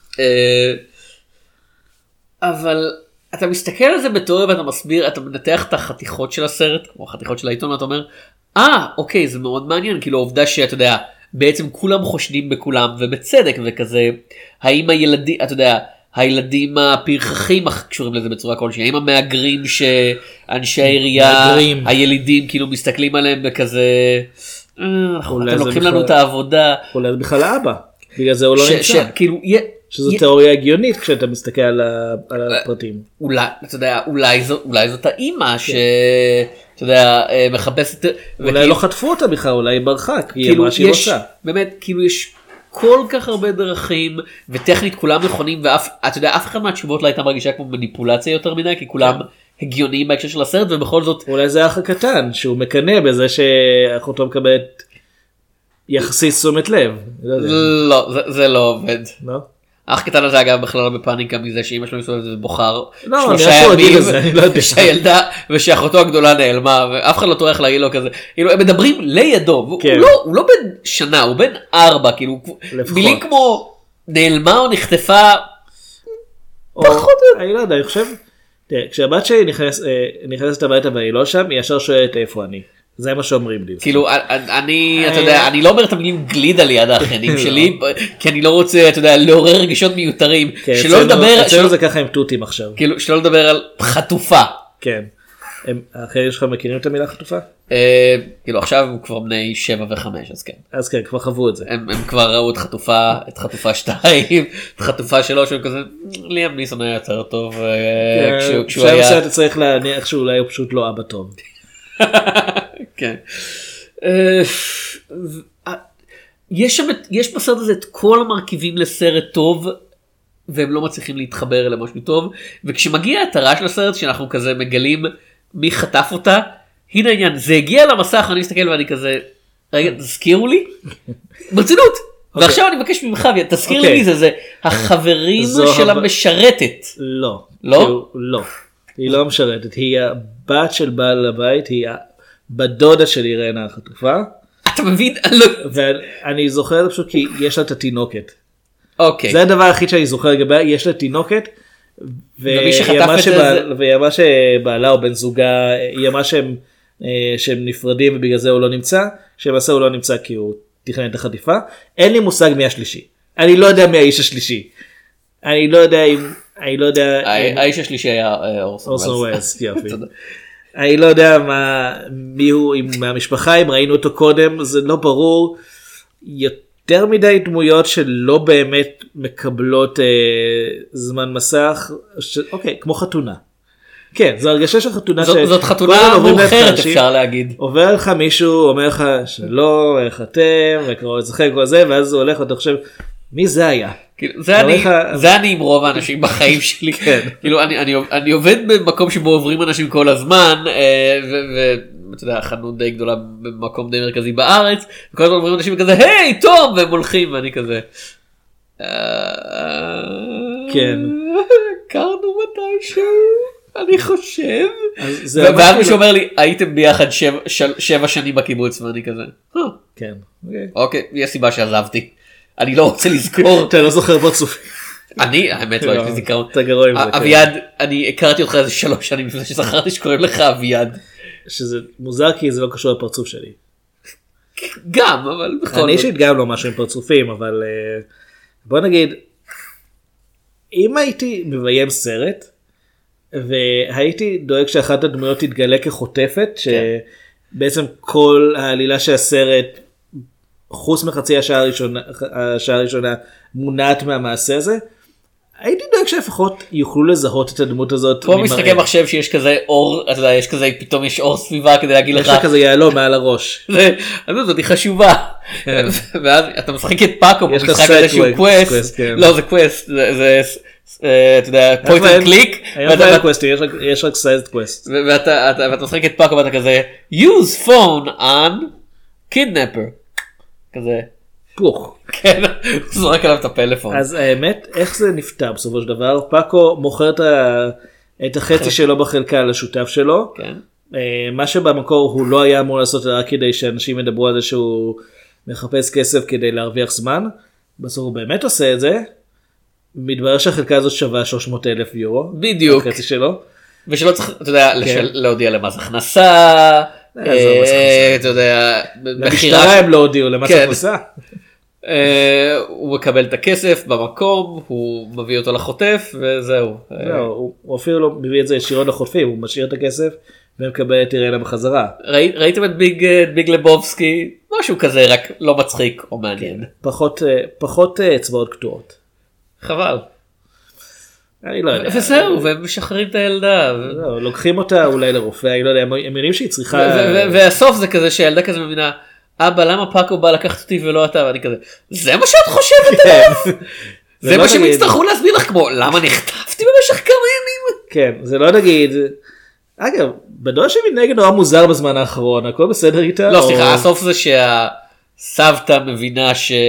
אבל אתה מסתכל על זה בתיאוריה ואתה מסביר, אתה מנתח את החתיכות של הסרט, או החתיכות של העיתון, ואתה אומר, אוקיי, זה מאוד מעניין, כאילו העובדה שאתה יודע, בעצם כולם חושדים בכולם, ובצדק, וכזה, האם הילדים, אתה יודע, הילדים הפרחחים קשורים לזה בצורה כלשהי, האם המאגרים שאנשי העירייה, הילידים כאילו מסתכלים עליהם בכזה, אתם לוקחים לנו את העבודה. אולי זה בכלל האבא, בגלל זה הוא לא נמצא. שזו תיאוריה הגיונית כשאתה מסתכל על הפרטים. אולי, אתה יודע, אולי זאת האימא שאתה יודע, מחפשת. אולי לא חטפו אותה בכלל, אולי היא ברחה, כי היא אמרה שהיא רוצה. באמת, כאילו יש כל כך הרבה דרכים, וטכנית כולם נכונים, ואתה יודע, אף אחד מהתשובות לא הייתה מרגישה כמו מניפולציה יותר מדי, כי כולם הגיוניים בהקשר של הסרט, ובכל זאת. אולי זה האח הקטן, שהוא מקנא בזה שאחותו מקבלת יחסית תשומת לב. לא, זה לא עובד. לא? האח קטן הזה אגב בכלל לא בפאניקה מזה שאמא שלו מסתובבת ובוחר לא, 3 ימים ושהילדה ושאחותו הגדולה נעלמה ואף אחד לא טורח להגיד לו כזה, כאילו הם מדברים לידו, הוא לא בן שנה, הוא בן 4, כאילו מילים כמו נעלמה או נחטפה פחות. אני לא יודע, אני חושב, כשהבת שלי נכנסת הביתה והיא לא שם, היא ישר שואלת איפה אני. זה מה שאומרים לי. כאילו, אתה יודע, אני לא אומר את המילים גלידה ליד האחיינים שלי, כי אני לא רוצה, אתה יודע, לעורר רגשות מיותרים. שלא לדבר... אצלנו זה ככה עם תותים עכשיו. כאילו, שלא לדבר על חטופה. כן. האחיינים שלך מכירים את המילה חטופה? כאילו, עכשיו הם כבר בני 7 ו5, אז כן. אז כן, כבר חוו את זה. הם כבר ראו את חטופה 2, את חטופה 3, הם כזה, ליאם ניסון היה יותר טוב כשהוא היה... עכשיו אתה צריך להניח שאולי הוא פשוט לא אבא טוב. כן. יש בסרט הזה את כל המרכיבים לסרט טוב והם לא מצליחים להתחבר למשהו טוב, וכשמגיע התרה של הסרט שאנחנו כזה מגלים מי חטף אותה, הנה העניין, זה הגיע למסך, אני מסתכל ואני כזה, רגע, תזכירו לי? ברצינות. ועכשיו אני מבקש ממך, תזכיר לי מי זה החברים של המשרתת. לא. לא? לא. היא לא משרתת, היא הבת של בעל הבית, היא בדודה של אירנה החטופה. אתה מבין? ואני זוכר פשוט כי יש לה את התינוקת. אוקיי. זה הדבר הכי שאני זוכר לגביה, יש לה תינוקת. ומי שחטף את זה... והיא אמרה שבעלה או בן זוגה, היא אמרה שהם נפרדים ובגלל זה הוא לא נמצא, שלמעשה הוא לא נמצא כי הוא תכנן את החטיפה. אין לי מושג מי השלישי. אני לא יודע מי האיש השלישי. אני לא יודע אם... האיש השלישי היה אורסון ווילס. אני לא יודע מי הוא מהמשפחה, אם ראינו אותו קודם, זה לא ברור. יותר מדי דמויות שלא באמת מקבלות זמן מסך, אוקיי, כמו חתונה. כן, זו הרגשה של חתונה. זאת חתונה מאוחרת אפשר להגיד. עובר לך מישהו, אומר לך שלום, איך אתם, וקרוא את זה, כל זה, ואז הוא הולך ואתה חושב, מי זה היה? זה אני עם רוב האנשים בחיים שלי. כאילו אני עובד במקום שבו עוברים אנשים כל הזמן, ואתה יודע, חנות די גדולה במקום די מרכזי בארץ, וכל הזמן עוברים אנשים כזה, היי, טוב, והם הולכים, ואני כזה, כן. הכרנו מתישהו, אני חושב, ואז מישהו אומר לי, הייתם ביחד 7 שנים בקיבוץ, ואני כזה, כן. אוקיי, יש סיבה שעזבתי. אני לא רוצה לזכור. אתה לא זוכר פרצוף. אני, האמת לא, יש לי זיכרון. אתה גרוע עם זה. אביעד, אני הכרתי אותך איזה 3 שנים לפני שזכרתי שקוראים לך אביעד. שזה מוזר כי זה לא קשור לפרצוף שלי. גם, אבל בכל זאת. אני אישית גם לא משהו עם פרצופים, אבל בוא נגיד, אם הייתי מביים סרט, והייתי דואג שאחת הדמויות תתגלה כחוטפת, שבעצם כל העלילה של הסרט, חוץ מחצי השעה הראשונה מונעת מהמעשה הזה, הייתי דואג שלפחות יוכלו לזהות את הדמות הזאת. פה משחקי מחשב שיש כזה אור, אתה יודע, יש כזה, פתאום יש אור סביבה כדי להגיד לך. יש לך כזה יעלום מעל הראש. זאת היא חשובה. ואז אתה משחק את פאקו, במשחק הזה שהוא קווסט. לא, זה קווסט, זה אתה יודע, point and click, היום לא היה קווסטים, יש רק סייזד קווסט. ואתה משחק את פאקו ואתה כזה, use phone on kidnapper, כזה. פוך. כן, הוא זורק עליו את הפלאפון. אז האמת, איך זה נפתר בסופו של דבר? פאקו מוכר את החצי שלו בחלקה לשותף שלו. כן. מה שבמקור הוא לא היה אמור לעשות רק כדי שאנשים ידברו על זה שהוא מחפש כסף כדי להרוויח זמן. בסוף הוא באמת עושה את זה. מתברר שהחלקה הזאת שווה 300,000 יורו. בדיוק. החצי שלו. ושלא צריך, אתה יודע, להודיע למס הכנסה. אתה יודע, למשטרה הם לא הודיעו למס הכנסה. הוא מקבל את הכסף במקום, הוא מביא אותו לחוטף וזהו. הוא אפילו לא מביא את זה ישירות לחוטפים, הוא משאיר את הכסף ומקבל את אירנה בחזרה. ראיתם את ביג לבובסקי? משהו כזה, רק לא מצחיק או מעניין. פחות אצבעות קטועות. חבל. אני לא יודע. וזהו, והם משחררים את הילדה. לוקחים אותה אולי לרופא, אני לא יודע, הם יודעים שהיא צריכה... והסוף זה כזה שהילדה כזה מבינה, אבא, למה פאקו בא לקחת אותי ולא אתה? ואני כזה, זה מה שאת חושבת עליו? זה מה שהם יצטרכו להסביר לך, כמו, למה נחטפתי במשך כמה ימים? כן, זה לא נגיד... אגב, בדוע שמנגד נורא מוזר בזמן האחרון, הכל בסדר איתה? לא, סליחה, הסוף זה שהסבתא מבינה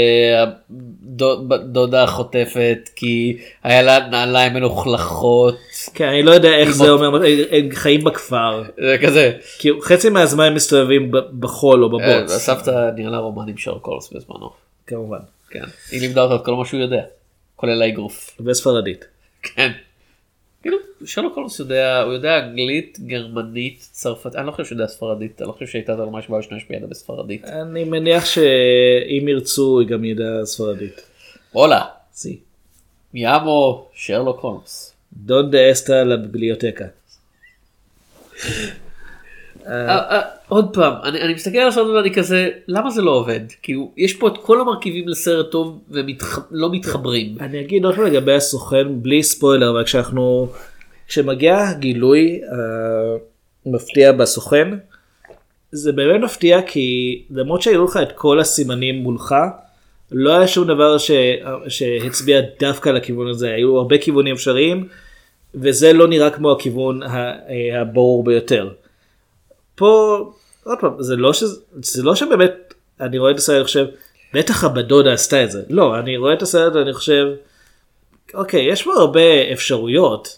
שהדודה חוטפת, כי היה לה נעליים מלוכלכות. כן, אני לא יודע איך זה אומר, הם חיים בכפר. זה כזה. כי חצי מהזמן הם מסתובבים בחול או בבוץ. הסבתא נראה לה רומן עם שרלוק הולמס בזמנו. כמובן. כן, היא לימדה אותה את כל מה שהוא יודע, כולל האגרוף. וספרדית. כן. כאילו, שרלוק הולמס יודע, הוא יודע אנגלית, גרמנית, צרפתית, אני לא חושב שהוא יודע ספרדית, אני לא חושב שהייתה לו משהו להשתמש בידע בספרדית. אני מניח שאם ירצו, הוא גם ידע ספרדית. הולה. סי. יאמו, שרלוק הולמס. דונדה אסטה לביבליותקה. עוד פעם, אני מסתכל על הסרט ואני כזה, למה זה לא עובד? כי יש פה את כל המרכיבים לסרט טוב ולא מתחברים. אני אגיד עוד פעם לגבי הסוכן, בלי ספוילר, אבל כשמגיע גילוי מפתיע בסוכן, זה באמת מפתיע כי למרות שהיו לך את כל הסימנים מולך, לא היה שום דבר שהצביע דווקא לכיוון הזה, היו הרבה כיוונים אפשריים, וזה לא נראה כמו הכיוון הברור ביותר. פה, עוד פעם, זה לא שבאמת, אני רואה את הסרט, אני חושב, בטח הבדודה עשתה את זה. לא, אני רואה את הסרט ואני חושב, אוקיי, יש פה הרבה אפשרויות.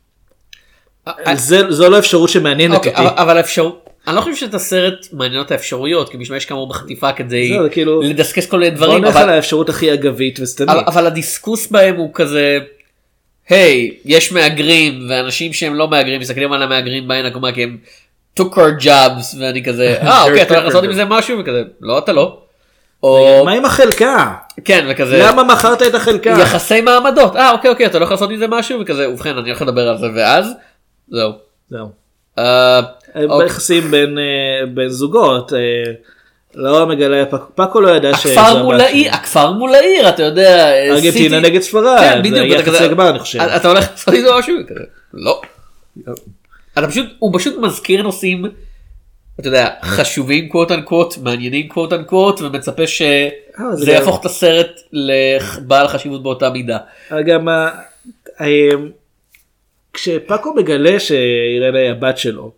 זו לא אפשרות שמעניינת אותי. אבל אפשרות, אני לא חושב שאת הסרט מעניין את האפשרויות, כי משמש כאמור בחטיפה כדי לדסקס כל מיני דברים. בוא נלך על האפשרות הכי אגבית וסתנית. אבל הדיסקוס בהם הוא כזה, היי, יש מאגרים, ואנשים שהם לא מאגרים, מסתכלים על המאגרים בעין הקומה, כי הם took our jobs, ואני כזה, אוקיי, אתה הולך לעשות עם זה משהו? וכזה, לא, אתה לא. מה עם החלקה? כן, וכזה. למה מכרת את החלקה? יחסי מעמדות. אוקיי, אתה הולך לעשות עם זה משהו? וכזה, ובכן, אני הולך לדבר על זה, ואז, זהו. ביחסים בין זוגות, לא מגלה, פאקו לא ידע הכפר מול העיר, אתה יודע, ארגנטינה נגד ספרד, זה יחסי הגמר, אני חושב. אתה הולך לעשות עם זה משהו? לא. הוא פשוט מזכיר נושאים, אתה יודע, חשובים קוט אנקוט, מעניינים קוט אנקוט, ומצפה שזה יהפוך את הסרט לבעל חשיבות באותה מידה. גם כשפאקו מגלה שאירנה היא הבת שלו,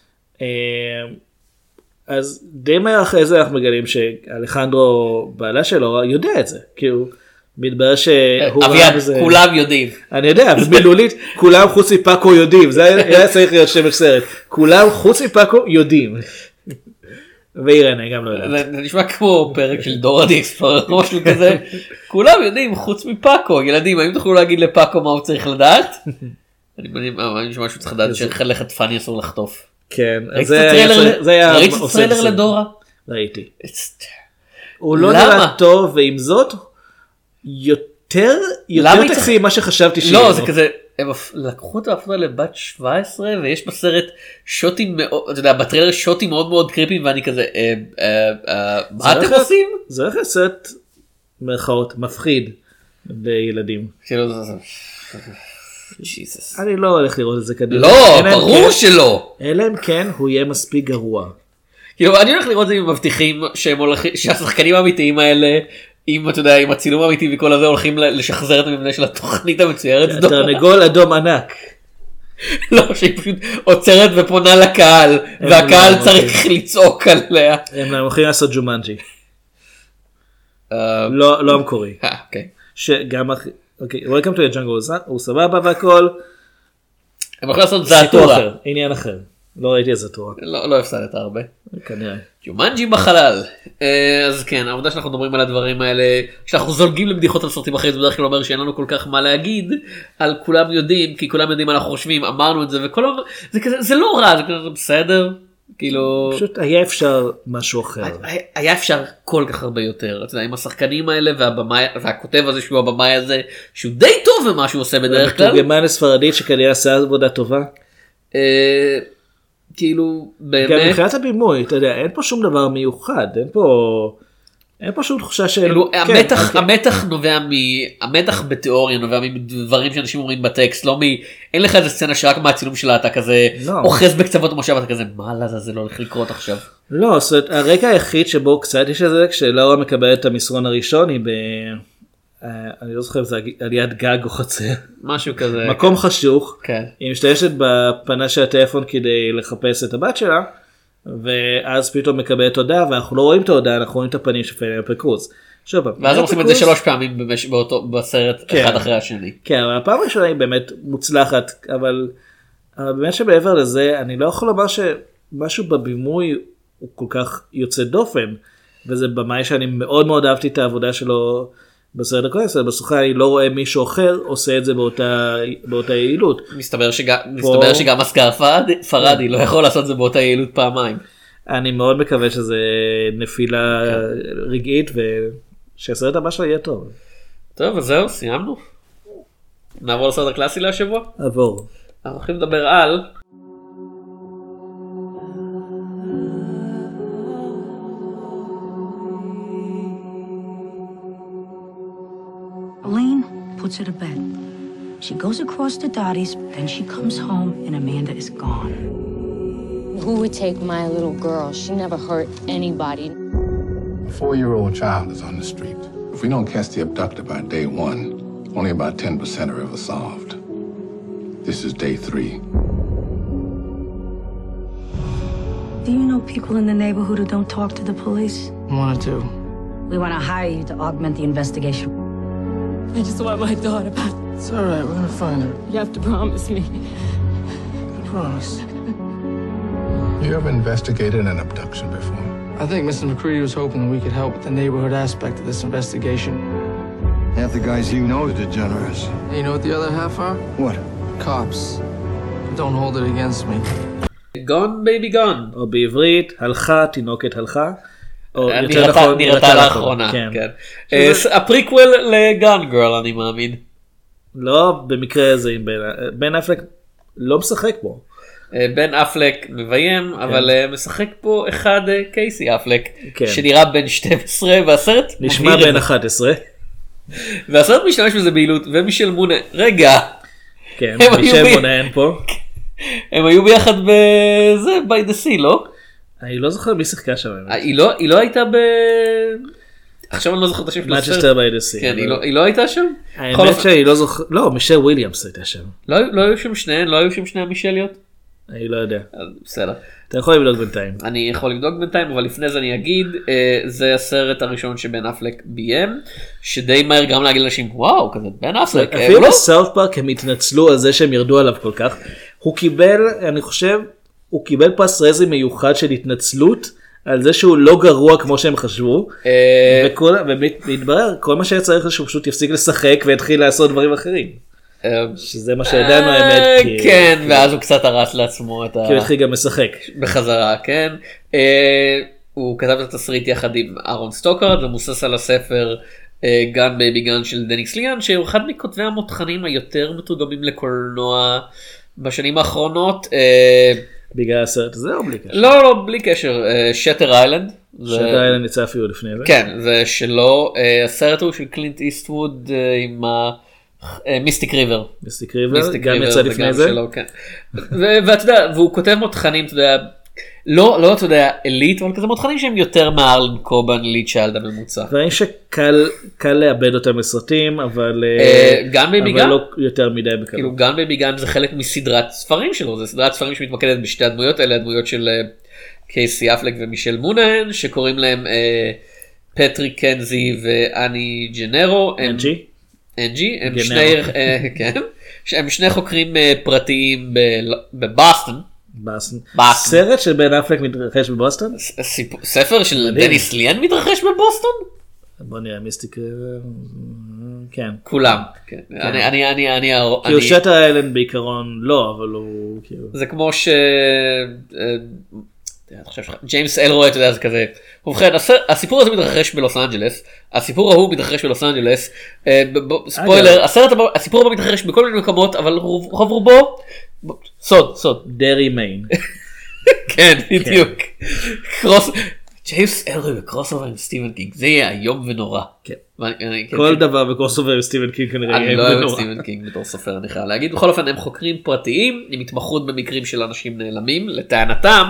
אז די מהר אחרי זה אנחנו מגלים שאלחנדרו בעלה שלו יודע את זה, כי הוא מתברר שהוא כולם יודעים. אני יודע, במילולית כולם חוץ מפאקו יודעים, זה היה צריך להיות שם סרט, כולם חוץ מפאקו יודעים. ואירנה גם לא יודעת. זה נשמע כמו פרק של דורה די אקספלורר או משהו כזה, כולם יודעים חוץ מפאקו. ילדים, האם תוכלו להגיד לפאקו מה הוא צריך לדעת? אני נשמע שהוא צריך לדעת שחטפני אסור לחטוף. כן, ראית טריילר לדורה? ראיתי. הוא לא נראה טוב, ועם זאת יותר טקסי ממה שחשבתי שיהיה. לא, זה כזה, הם לקחו את ההפרדה לבת 17 ויש בסרט שוטים מאוד, אתה יודע, בטריילר שוטים מאוד מאוד קריפים, ואני כזה, מה אתם עושים? זה הולך לסרט מרכאות מפחיד לילדים. אני לא הולך לראות את זה כדי. לא, ברור שלא. אלא אם כן הוא יהיה מספיק גרוע. אני הולך לראות את זה אם מבטיחים שהשחקנים האמיתיים האלה אם אתה יודע, עם הצילום האמיתי וכל הזה הולכים לשחזר את המבנה של התוכנית המצוירת. תרנגול אדום ענק. לא, שהיא פשוט עוצרת ופונה לקהל, והקהל צריך לצעוק עליה. הם הולכים לעשות ג'ומנג'י. לא המקורי. אוקיי. שגם, אוקיי, Welcome to the Jungle הוא סבבה והכל. הם יכולים לעשות זאטורה. עניין אחר. לא ראיתי את זאטורה. לא הפסדת הרבה. כנראה. ג'ומנג'י בחלל. אז כן, העובדה שאנחנו מדברים על הדברים האלה, כשאנחנו זולגים לבדיחות על סרטים אחרים, זה בדרך כלל אומר שאין לנו כל כך מה להגיד, על כולם יודעים, כי כולם יודעים מה אנחנו חושבים, אמרנו את זה, זה לא רע, זה בסדר. כאילו פשוט היה אפשר משהו אחר. היה אפשר כל כך הרבה יותר. אתה יודע, עם השחקנים האלה והכותב הזה שהוא הבמאי הזה, שהוא די טוב במה שהוא עושה בדרך כלל. מתורגמן לספרדית שכנראה עשה עבודה טובה. כאילו באמת. גם מבחינת הבימוי, אתה יודע, אין פה שום דבר מיוחד, אין פה שום תחושה של... המתח בתיאוריה נובע מדברים שאנשים אומרים בטקסט, לא אין לך איזה סצנה שרק מהצילום שלה אתה כזה אוחז בקצוות המושב, אתה כזה מה לזה, זה לא הולך לקרות עכשיו. לא, זאת אומרת, הרקע היחיד שבו קצת יש לזה, כשלאורה מקבלת את המסרון הראשון, היא אני לא זוכר אם זה על יד גג או חצר. משהו כזה. מקום חשוך. כן. היא משתמשת בפנה של הטלפון כדי לחפש את הבת שלה, ואז פתאום מקבלת הודעה, ואנחנו לא רואים את ההודעה, אנחנו רואים את הפנים של פנלופי קרוז. ואז עושים את זה 3 פעמים בסרט אחד אחרי השני. כן, אבל הפעם הראשונה היא באמת מוצלחת, אבל באמת שמעבר לזה, אני לא יכול לומר שמשהו בבימוי הוא כל כך יוצא דופן, וזה במאי שאני מאוד מאוד אהבתי את העבודה שלו בסרט הקודם, בסוכה אני לא רואה מישהו אחר עושה את זה באותה יעילות. מסתבר שגם אסגר פרדי לא יכול לעשות את זה באותה יעילות פעמיים. אני מאוד מקווה שזה נפילה רגעית ושהסרט הבא שלה יהיה טוב. טוב, אז זהו, סיימנו. נעבור לסרט הקלאסי להשבוע? עבור. אנחנו הולכים לדבר על... Elaine puts her to bed. She goes across to Dottie's, then she comes home and Amanda is gone. Who would take my little girl? She never hurt anybody. A 4-year-old child is on the street. If we don't catch the abductor by day 1, only about 10% are ever solved. This is day 3. Do you know people in the neighborhood who don't talk to the police? 1 or 2. We want to hire you to augment the investigation. I just want my daughter back. It's all right. We're gonna find her. You have to promise me. I promise. You ever investigated an abduction before? I think Mr. McCready was hoping that we could help with the neighborhood aspect of this investigation. Half the guys you know is degenerates. Hey, you know what the other half are? What? Cops. Don't hold it against me. Gone baby gone. או בעברית, הלכה, תינוקת הלכה. נראתה לאחרונה. הפריקוול לגן גרל אני מאמין. לא במקרה הזה עם בן אפלק לא משחק פה. בן אפלק מביים אבל משחק פה אחד קייסי אפלק כן. שנראה בן 12 והסרט נשמע בן 11 והסרט משתמש בזה בעילות ומישל מונה רגע כן מישל מונה אין פה הם היו ביחד בזה by the sea לא? אני לא זוכר מי שיחקה שם. היא לא הייתה עכשיו אני לא זוכר את השם של הסרט. Manchester by the Sea. כן, היא לא הייתה שם? האמת שהיא לא זוכר, לא, מישל וויליאמס הייתה שם. לא היו שם שניהם? לא היו שם שני המישליות? אני לא יודע. בסדר. אתה יכול לבדוק בינתיים. אני יכול לבדוק בינתיים, אבל לפני זה אני אגיד, זה הסרט הראשון שבן אפלק ביים, שדי מהר גם להגיד לאנשים, וואו, כזה בן אפלק. אפילו בסאות' פארק הם התנצלו על זה שהם ירדו עליו כל כך. הוא קיבל, אני חושב, הוא קיבל פרס רזי מיוחד של התנצלות על זה שהוא לא גרוע כמו שהם חשבו, ומתברר, כל מה שהיה צריך זה שהוא פשוט יפסיק לשחק ויתחיל לעשות דברים אחרים. שזה מה שידענו האמת. כן, ואז הוא קצת הרס לעצמו את ה... כי הוא התחיל גם לשחק. בחזרה, כן. הוא כתב את התסריט יחד עם אהרון סטוקארד, ומוסס על הספר גן בייבי גן של דניס ליאן, שהוא אחד מכותבי המותחנים היותר מתורגמים לקולנוע בשנים האחרונות. בגלל הסרט הזה או בלי קשר? לא, בלי קשר. שטר איילנד. שטר איילנד יצא אפילו לפני זה. כן, זה שלו. הסרט הוא של קלינט איסטווד עם מיסטיק ריבר. מיסטיק ריבר, גם יצא לפני זה. ואתה יודע, והוא כותב מותחנים, אתה יודע, לא אתה יודע אליט, אבל כזה מותחנים שהם יותר מארלן קובן ליד צ'יילד הממוצע. דברים שקל לאבד אותם לסרטים, אבל לא יותר מדי בקלות. כאילו גן בייבי גן זה חלק מסדרת ספרים שלו, זה סדרת ספרים שמתמקדת בשתי הדמויות, אלה הדמויות של קייסי אפלק ומישל מונהן, שקוראים להם פטריק קנזי ואני ג'נרו. אנג'י, הם שני חוקרים פרטיים בבוסטון. סרט של בן אפלק מתרחש בבוסטון? ספר של דניס ליאן מתרחש בבוסטון? בוא נראה מיסטיק, כן. כולם. כאילו שטר איילנד בעיקרון לא, אבל הוא זה כמו ג'יימס אלרוי, אתה יודע, זה כזה. ובכן, הסיפור הזה מתרחש בלוס אנג'לס, הסיפור ההוא מתרחש בלוס אנג'לס, ספוילר, הסיפור הבא מתרחש בכל מיני מקומות, אבל רובו, סוד. דרי מיין. כן, בדיוק. ג'יימס אלרוי בקרוס אובר עם סטיבן קינג, זה יהיה איום ונורא. כל דבר בקרוס אובר עם סטיבן קינג כנראה אני לא אוהב סטיבן קינג בתור סופר, אני חייב להגיד. בכל אופן, הם חוקרים פרטיים, עם התמחות במקרים של אנשים נעלמים, לטענתם,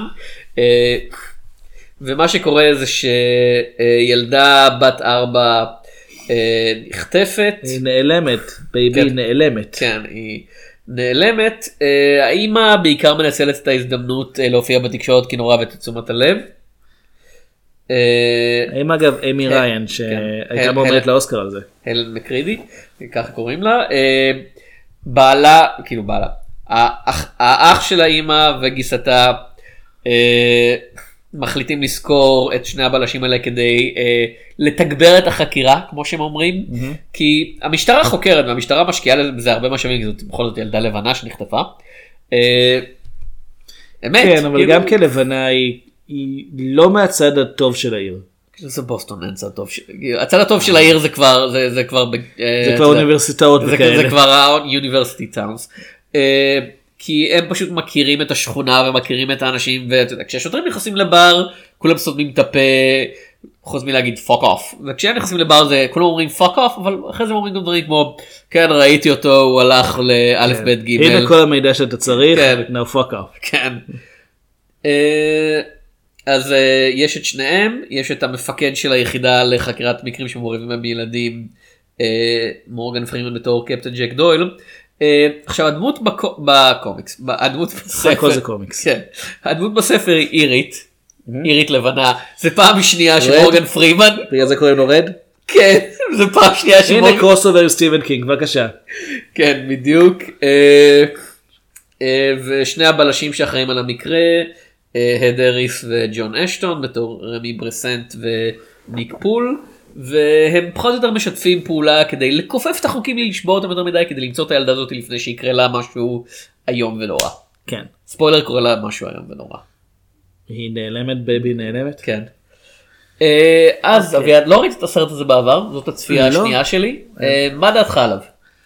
ומה שקורה זה שילדה בת 4 נחטפת. היא נעלמת, בייבי נעלמת. כן, היא נעלמת. האמא בעיקר מנצלת את ההזדמנות להופיע בתקשורת כי נורא ותשומת הלב. האמא אגב אמי ריין שהייתה מועמדת לאוסקר על זה. הלן מקרידי, ככה קוראים לה. בעלה, כאילו בעלה, האח של האמא וגיסתה מחליטים לזכור את שני הבלשים האלה כדי לתגבר את החקירה, כמו שהם אומרים, כי המשטרה חוקרת והמשטרה משקיעה לזה הרבה משאבים, כי זאת בכל זאת ילדה לבנה שנחטפה. אמת. כן, אבל גם כלבנה היא לא מהצד הטוב של העיר. זה בוסטון, אין צד טוב. הצד הטוב של העיר זה כבר זה כבר אוניברסיטאות וכאלה. זה כבר university towns. כי הם פשוט מכירים את השכונה ומכירים את האנשים, וכשהשוטרים נכנסים לבר, כולם סותמים את הפה, חוץ מלהגיד fuck off. וכשהם נכנסים לבר זה, כולם אומרים fuck off, אבל אחרי זה אומרים גם דברים כמו, כן, ראיתי אותו, הוא הלך לאלף בית ג' הנה כל המידע שאתה צריך, now fuck off. כן. אז יש את שניהם, יש את המפקד של היחידה לחקירת מקרים שמעורבים בילדים, מורגן פרימן בתור קפטן ג'ק דויל. עכשיו הדמות בקומיקס, הדמות בספר, זה קומיקס. כן, הדמות בספר היא אירית לבנה, זה פעם שנייה שמורגן פרימן, בגלל זה קוראים לו רד? כן, זה פעם שנייה שמורגן, הנה קרוס אובר עם סטיבן קינג, בבקשה. כן, בדיוק. ושני הבלשים שאחראים על המקרה, הד הריס וג'ון אשטון בתור רמי ברסנט וניק פול, והם פחות או יותר משתפים פעולה כדי לקופף את החוקים בלי לשבור אותם יותר מדי, כדי למצוא את הילדה הזאת לפני שיקרה לה משהו איום ונורא. כן. ספוילר, קורא לה משהו איום ונורא. היא נעלמת, בייבי נעלמת? כן. אז אביעד, לא ראיתי את הסרט הזה בעבר, זאת הצפייה השנייה שלי. מה דעתך עליו?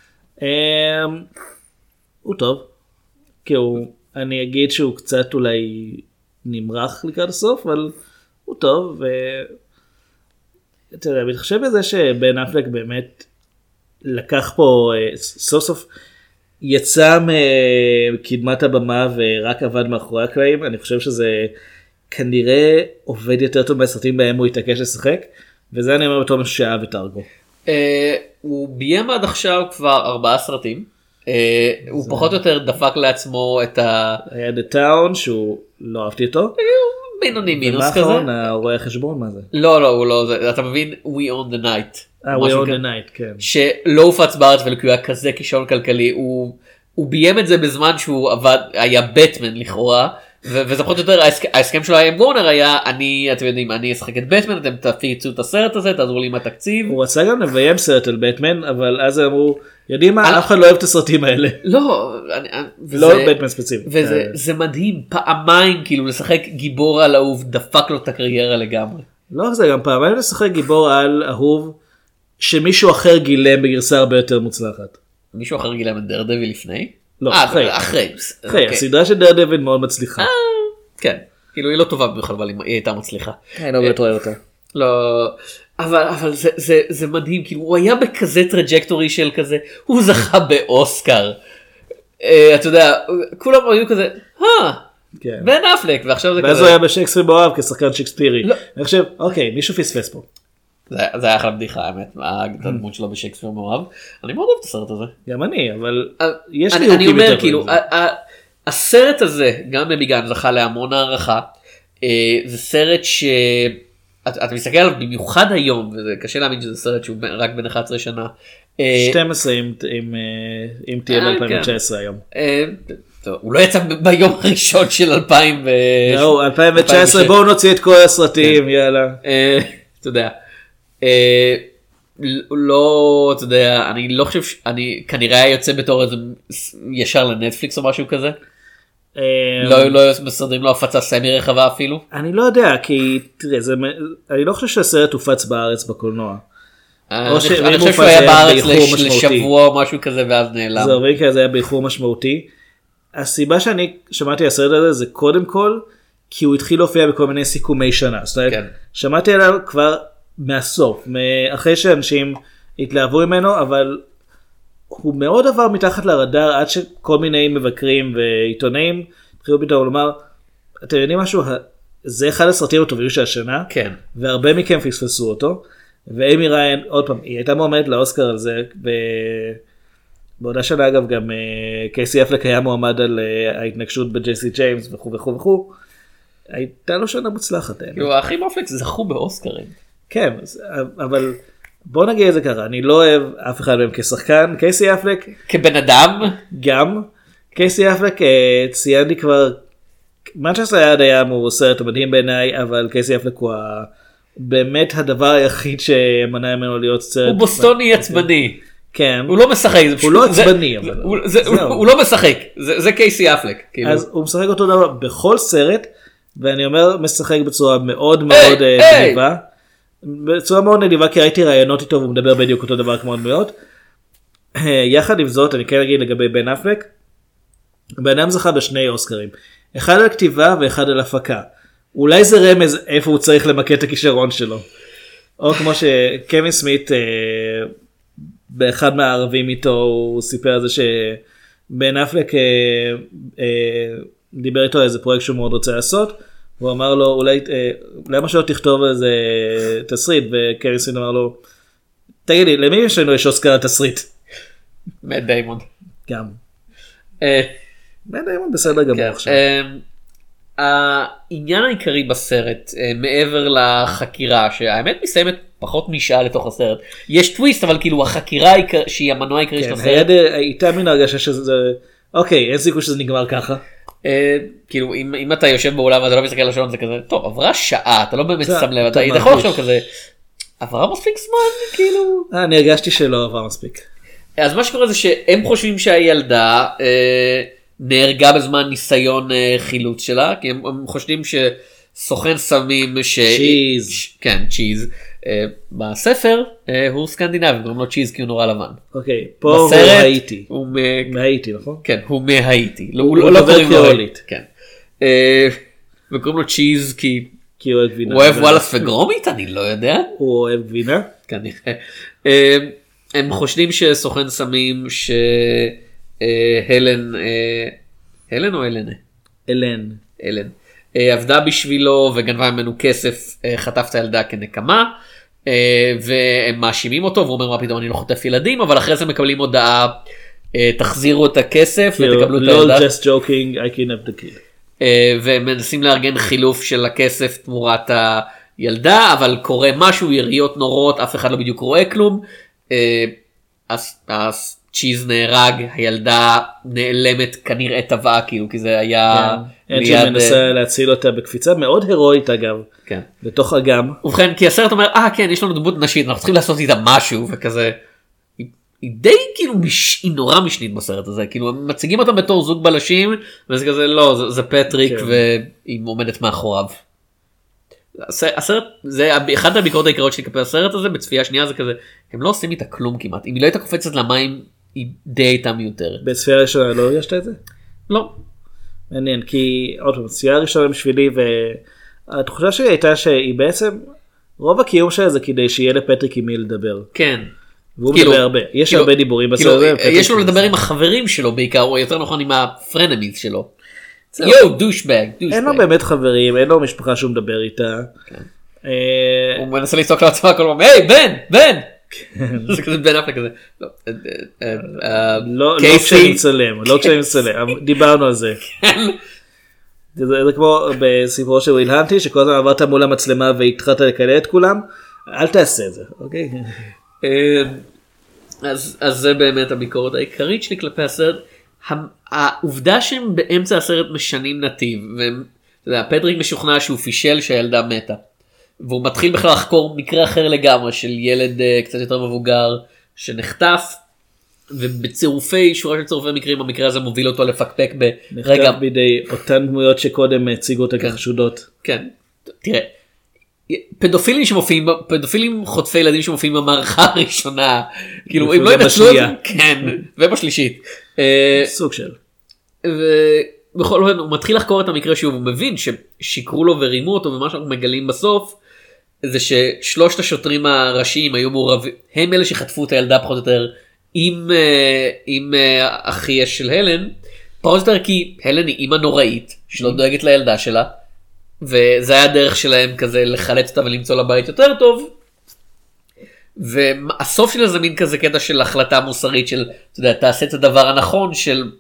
הוא טוב. כי אני אגיד שהוא קצת אולי נמרח לקראת הסוף, אבל הוא טוב, אתה יודע, מתחשב בזה שבן אפלק באמת לקח פה, סוף סוף יצא מקדמת הבמה ורק עבד מאחורי הקלעים, אני חושב שזה כנראה עובד יותר טוב מהסרטים בהם הוא התעקש לשחק, וזה אני אומר בתור משהו שאהב את ארגו. הוא ביים עד עכשיו כבר 4 סרטים, הוא פחות או יותר דפק לעצמו את היה The Town שהוא לא אהבתי אותו. בינוני מינוס כזה. ומה אחרון, הרואה חשבון, מה זה? לא, הוא לא, אתה מבין? We own the night. We own the night, כן. שלא הופץ בארץ ולכו היה כזה כישרון כלכלי, הוא ביים את זה בזמן שהוא היה בטמן לכאורה, וזה פחות או יותר, ההסכם שלו עם וורנר היה, אתם יודעים, אני אשחק את בטמן, אתם תפיצו את הסרט הזה, תעזרו לי עם התקציב. הוא רצה גם לביים סרט על בטמן, אבל אז אמרו, יודעים מה, אף אחד לא אוהב את הסרטים האלה. לא, לא בטמן ספציפי. וזה מדהים, פעמיים כאילו לשחק גיבור על אהוב, דפק לו את הקריירה לגמרי. לא, זה גם פעמיים לשחק גיבור על אהוב, שמישהו אחר גילם בגרסה הרבה יותר מוצלחת. מישהו אחר גילם את דרדביל לפני? לא, אחרי. הסדרה של דרדביל מאוד מצליחה. כן, כאילו היא לא טובה בכלל, אבל היא הייתה מצליחה. אני לא באמת רואה אותה. לא, אבל זה מדהים, כאילו הוא היה בכזה טראג'קטורי של כזה, הוא זכה באוסקר. אתה יודע, כולם היו כזה, כן. בן אפלק, ועכשיו זה כזה. ואז הוא היה בשייקספיר מאוהב כשחקן שייקספירי. אני חושב, אוקיי, מישהו פספס פה. זה היה אחלה בדיחה, האמת, הדמות שלו בשייקספיר מאוהב. אני מאוד אוהב את הסרט הזה. גם אני, אבל יש לי אני הוקים יותר. אומר, כאילו, הסרט הזה, גם במיגן, זכה להמון הערכה. זה סרט אתה מסתכל עליו במיוחד היום, וזה קשה להאמין שזה סרט שהוא רק בין 11 שנה. 12 אם תהיה ב-2019 היום. הוא לא יצא ביום הראשון של 2019, בואו נוציא את כל הסרטים, יאללה. אתה יודע. לא, אתה יודע, אני לא חושב, אני כנראה יוצא בתור איזה ישר לנטפליקס או משהו כזה. לא מסרדים לו הפצה סמי רחבה אפילו. אני לא יודע, כי תראה, אני לא חושב שהסרט הופץ בארץ בקולנוע. אני חושב שהוא היה בארץ לשבוע או משהו כזה ואז נעלם. זה הרבה כזה היה באיחור משמעותי. הסיבה שאני שמעתי הסרט הזה זה קודם כל כי הוא התחיל להופיע בכל מיני סיכומי שנה. זאת אומרת, שמעתי עליו כבר מהסוף, אחרי שאנשים התלהבו ממנו, אבל הוא מאוד עבר מתחת לרדאר עד שכל מיני מבקרים ועיתונאים התחילו פתאום לומר, אתם יודעים משהו, זה אחד הסרטים הטובים של השנה, כן. והרבה מכם פספסו אותו, ואמי ריין, עוד פעם, היא הייתה מועמדת לאוסקר על זה, באותה שנה אגב גם קייסי אפלק היה מועמד על ההתנגשות בג'ייסי ג'יימס וכו' וכו' וכו', הייתה לו שנה מוצלחת. האחים אפלק זכו באוסקרים. כן, אבל בוא נגיד את זה ככה, אני לא אוהב אף אחד מהם כשחקן, קייסי אפלק. כבן אדם? גם. קייסי אפלק ציינתי כבר, מנצ'סטר יד היה הוא סרט מדהים בעיניי, אבל קייסי אפלק הוא באמת הדבר היחיד שמנע ממנו להיות סרט. הוא בוסטוני עצבני. כן. הוא לא משחק. הוא לא עצבני, אבל. הוא לא משחק, זה קייסי אפלק. אז הוא משחק אותו דבר בכל סרט, ואני אומר משחק בצורה מאוד מאוד נדיבה. בצורה מאוד נדיבה, כי ראיתי רעיונות איתו והוא מדבר בדיוק אותו דבר כמו דמויות. יחד עם זאת, אני כן אגיד לגבי בן אפלק, בן אדם זכה בשני אוסקרים, אחד על כתיבה ואחד על הפקה. אולי זה רמז איפה הוא צריך למקד את הכישרון שלו. או כמו שקווין סמית, באחד מהערבים איתו, הוא סיפר על זה שבן אפלק דיבר איתו על איזה פרויקט שהוא מאוד רוצה לעשות, הוא אמר לו, אולי משהו תכתוב איזה תסריט, וקווין סמית אמר לו, תגיד לי, למי יש אוסקר התסריט? מאט דיימון. גם. מאט דיימון בסדר גמור עכשיו. העניין העיקרי בסרט, מעבר לחקירה, שהאמת מסיימת פחות משעה לתוך הסרט, יש טוויסט, אבל כאילו החקירה שהיא המנוע העיקרי של הסרט. הייתה מן הרגשה שזה, אוקיי, אין סיכוי שזה נגמר ככה. כאילו אם אתה יושב באולם ואתה לא מסתכל על השעון זה כזה טוב עברה שעה אתה לא באמת שם לב אתה יכול לחשוב כזה עברה מספיק זמן כאילו אני הרגשתי שלא עברה מספיק. אז מה שקורה זה שהם חושבים שהילדה נהרגה בזמן ניסיון חילוץ שלה כי הם חושבים שסוכן סמים כן צ'יז בספר הוא סקנדינבי קוראים לו צ'יז כי הוא נורא לבן. אוקיי פה הוא מהאיטי. הוא מהאיטי נכון? כן הוא מהאיטי. הוא לא קוראים לו קריאולית. כן. וקוראים לו צ'יז כי הוא אוהב גבינה. הוא אוהב וואלאס וגרומית אני לא יודע. הוא אוהב גבינה. כנראה. הם חושדים שסוכן סמים שהלן או אלנה? אלן. עבדה בשבילו וגנבה ממנו כסף חטף את הילדה כנקמה והם מאשימים אותו והוא אומר מה פתאום אני לא חוטף ילדים אבל אחרי זה מקבלים הודעה תחזירו את הכסף ותקבלו את הילדה. לא just joking I kidnapped the kid. והם מנסים לארגן חילוף של הכסף תמורת הילדה אבל קורה משהו יריות נורות אף אחד לא בדיוק רואה כלום אז צ'יז נהרג הילדה נעלמת כנראה טבעה כאילו כי זה היה אנג'ל מנסה להציל אותה בקפיצה מאוד הירואית אגב בתוך אגם. ובכן כי הסרט אומר כן יש לנו דמות נשית אנחנו צריכים לעשות איתה משהו וכזה היא די כאילו היא נורא משנית בסרט הזה כאילו מציגים אותם בתור זוג בלשים וזה כזה לא זה פטריק והיא עומדת מאחוריו. הסרט זה אחד הביקורות העיקריות שלי כלפי הסרט הזה בצפייה שנייה זה כזה הם לא עושים איתה כלום כמעט אם היא לא הייתה קופצת למים היא די הייתה מיותרת. בצפייה ראשונה לא הרגשת את זה? לא. מעניין כי עוד פעם צפייה ראשונה בשבילי והתחושה שלי הייתה שהיא בעצם רוב הקיום שלה זה כדי שיהיה לפטריק עם מי לדבר. כן. והוא מדבר הרבה יש הרבה דיבורים בסרט הזה. יש לו לדבר עם החברים שלו בעיקר או יותר נכון עם הפרנמיז שלו. יו, דושבג. אין לו באמת חברים, אין לו משפחה שהוא מדבר איתה. הוא מנסה לצעוק לעצמה כל פעם, היי, בן! זה כזה בן אפלק כזה. לא כשאני מצלם, דיברנו על זה. זה כמו בסיפורו של וויל הנטי, שכל הזמן עברת מול המצלמה והתחלת לקלל את כולם, אל תעשה את זה, אוקיי? אז זה באמת הביקורת העיקרית שלי כלפי הסרט. העובדה שהם באמצע הסרט משנים נתיב, ופטריק משוכנע שהוא פישל שהילדה מתה, והוא מתחיל בכלל לחקור מקרה אחר לגמרי של ילד קצת יותר מבוגר שנחטף, ובצירופי שורה של צירופי מקרים המקרה הזה מוביל אותו לפקפק ברגע. נחטף בידי אותן דמויות שקודם הציגו אותה כחשודות. כן, תראה, פדופילים חוטפי ילדים שמופיעים במערכה הראשונה, כאילו אם לא ינצלו את זה, כן, ובשלישית. סוג של. ובכל זאת הוא מתחיל לחקור את המקרה שוב, הוא מבין ששיקרו לו ורימו אותו, ומה שאנחנו מגלים בסוף, זה ששלושת השוטרים הראשיים היו מעורבים, הם אלה שחטפו את הילדה פחות או יותר, עם אחיה של הלן, פחות או יותר כי הלן היא אימא נוראית, שלא דואגת לילדה שלה, וזה היה הדרך שלהם כזה לחלץ אותה ולמצוא לה בית יותר טוב, והסוף של זה מין כזה קטע של החלטה מוסרית של, אתה יודע, תעשה את הדבר הנכון של,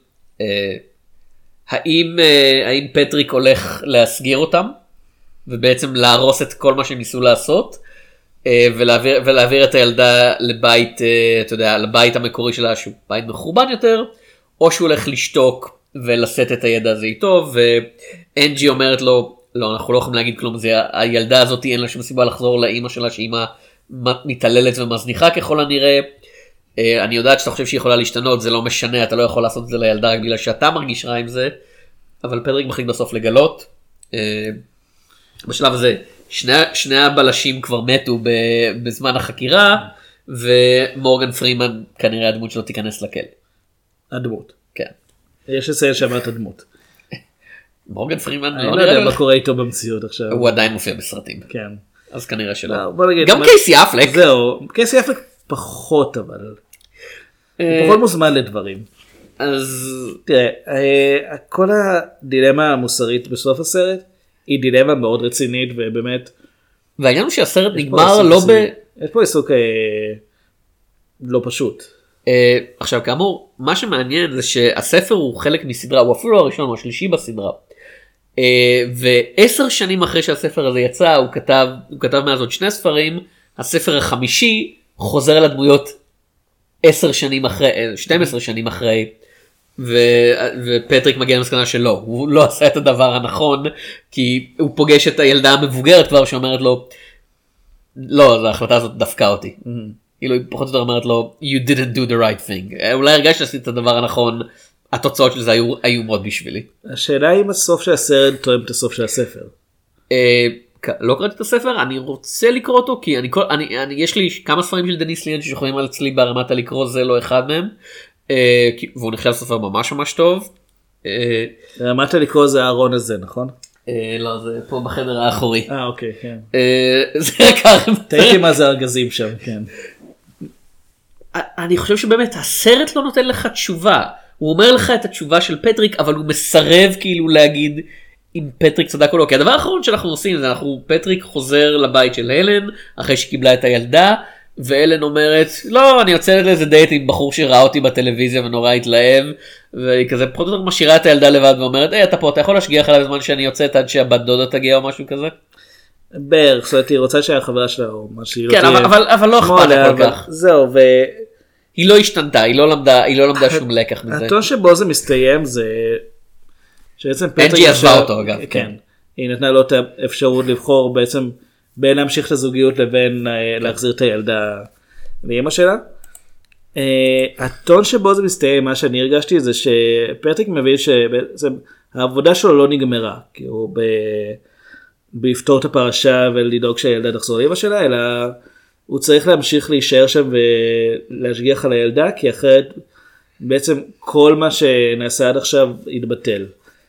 האם פטריק הולך להסגיר אותם, ובעצם להרוס את כל מה שהם ניסו לעשות, ולהעביר את הילדה לבית, אתה יודע, לבית המקורי שלה, שהוא בית מחורבן יותר, או שהוא הולך לשתוק ולשאת את הידע הזה איתו, ואנג'י אומרת לו, לא, אנחנו לא יכולים להגיד כלום, הילדה הזאת אין לה שום סיבה לחזור לאמא שלה, שאמא מתעללת ומזניחה ככל הנראה, אני יודעת שאתה חושב שהיא יכולה להשתנות, זה לא משנה, אתה לא יכול לעשות את זה לילדה רק בגלל שאתה מרגיש רע עם זה, אבל פטריק מחליט בסוף לגלות, בשלב הזה, שני הבלשים כבר מתו בזמן החקירה, ומורגן פרימן כנראה הדמות שלו תיכנס לכלא. הדמות. כן. יש לציין שאמרת הדמות. מורגן פרימן אני לא יודע מה קורה איתו במציאות עכשיו. הוא עדיין מופיע בסרטים. כן. אז כנראה שלא. לא, גם קייסי אפלק. זהו, קייסי אפלק פחות אבל. הוא פחות מוזמן לדברים. אז תראה, כל הדילמה המוסרית בסוף הסרט, היא דילמה מאוד רצינית ובאמת. והעניין הוא שהסרט נגמר לא ב... יש פה עיסוק לא פשוט. עכשיו כאמור, מה שמעניין זה שהספר הוא חלק מסדרה, הוא אפילו הראשון או השלישי בסדרה. ו10 שנים אחרי שהספר הזה יצא, הוא כתב מאז עוד 2 ספרים, הספר החמישי חוזר לדמויות 10 שנים אחרי, 12 שנים אחרי, ופטריק מגיע למסקנה שלא, הוא לא עשה את הדבר הנכון, כי הוא פוגש את הילדה המבוגרת כבר שאומרת לו, לא, ההחלטה הזאת דפקה אותי. כאילו היא פחות או יותר אומרת לו, you didn't do the right thing. אולי הרגשת שעשית את הדבר הנכון, התוצאות של זה היו איומות בשבילי. השאלה אם הסוף של הסרט תואם את הסוף של הספר. לא קראתי את הספר, אני רוצה לקרוא אותו, כי יש לי כמה ספרים של דניס לינץ' שיכולים על אצלי ברמת הלקרוא, זה לא אחד מהם, והוא נחשב ספר ממש ממש טוב. רמת הלקרוא זה הארון הזה, נכון? לא, זה פה בחדר האחורי. אוקיי, כן. זה רק... תהייתי מה זה ארגזים שם, כן. אני חושב שבאמת הסרט לא נותן לך תשובה. הוא אומר לך את התשובה של פטריק, אבל הוא מסרב כאילו להגיד אם פטריק צדק או לא. כי הדבר האחרון שאנחנו עושים זה פטריק חוזר לבית של הלן, אחרי שקיבלה את הילדה, ואלן אומרת, לא, אני יוצאת לאיזה דייט עם בחור שראה אותי בטלוויזיה ונורא התלהב, והיא כזה פחות או יותר משאירה את הילדה לבד ואומרת, אתה פה, אתה יכול להשגיח עליי בזמן שאני יוצאת עד שהבת דודה תגיע או משהו כזה? בערך, זאת אומרת, היא רוצה שהחברה שלה או משהו. כן, אבל לא אכפת לה כל כך. זהו, היא לא השתנתה, היא לא למדה שום לקח מזה. הטון שבו זה מסתיים זה שבעצם אנג'י עזבה אותו אגב. כן, היא נתנה לו את האפשרות לבחור בעצם בין להמשיך את הזוגיות לבין להחזיר את הילדה לאמא שלה. הטון שבו זה מסתיים, מה שאני הרגשתי זה שפטריק מבין שבעצם העבודה שלו לא נגמרה, כי הוא בפתור את הפרשה ולדאוג שהילדה תחזור לאמא שלה, אלא הוא צריך להמשיך להישאר שם ולהשגיח על הילדה, כי אחרת בעצם כל מה שנעשה עד עכשיו יתבטל.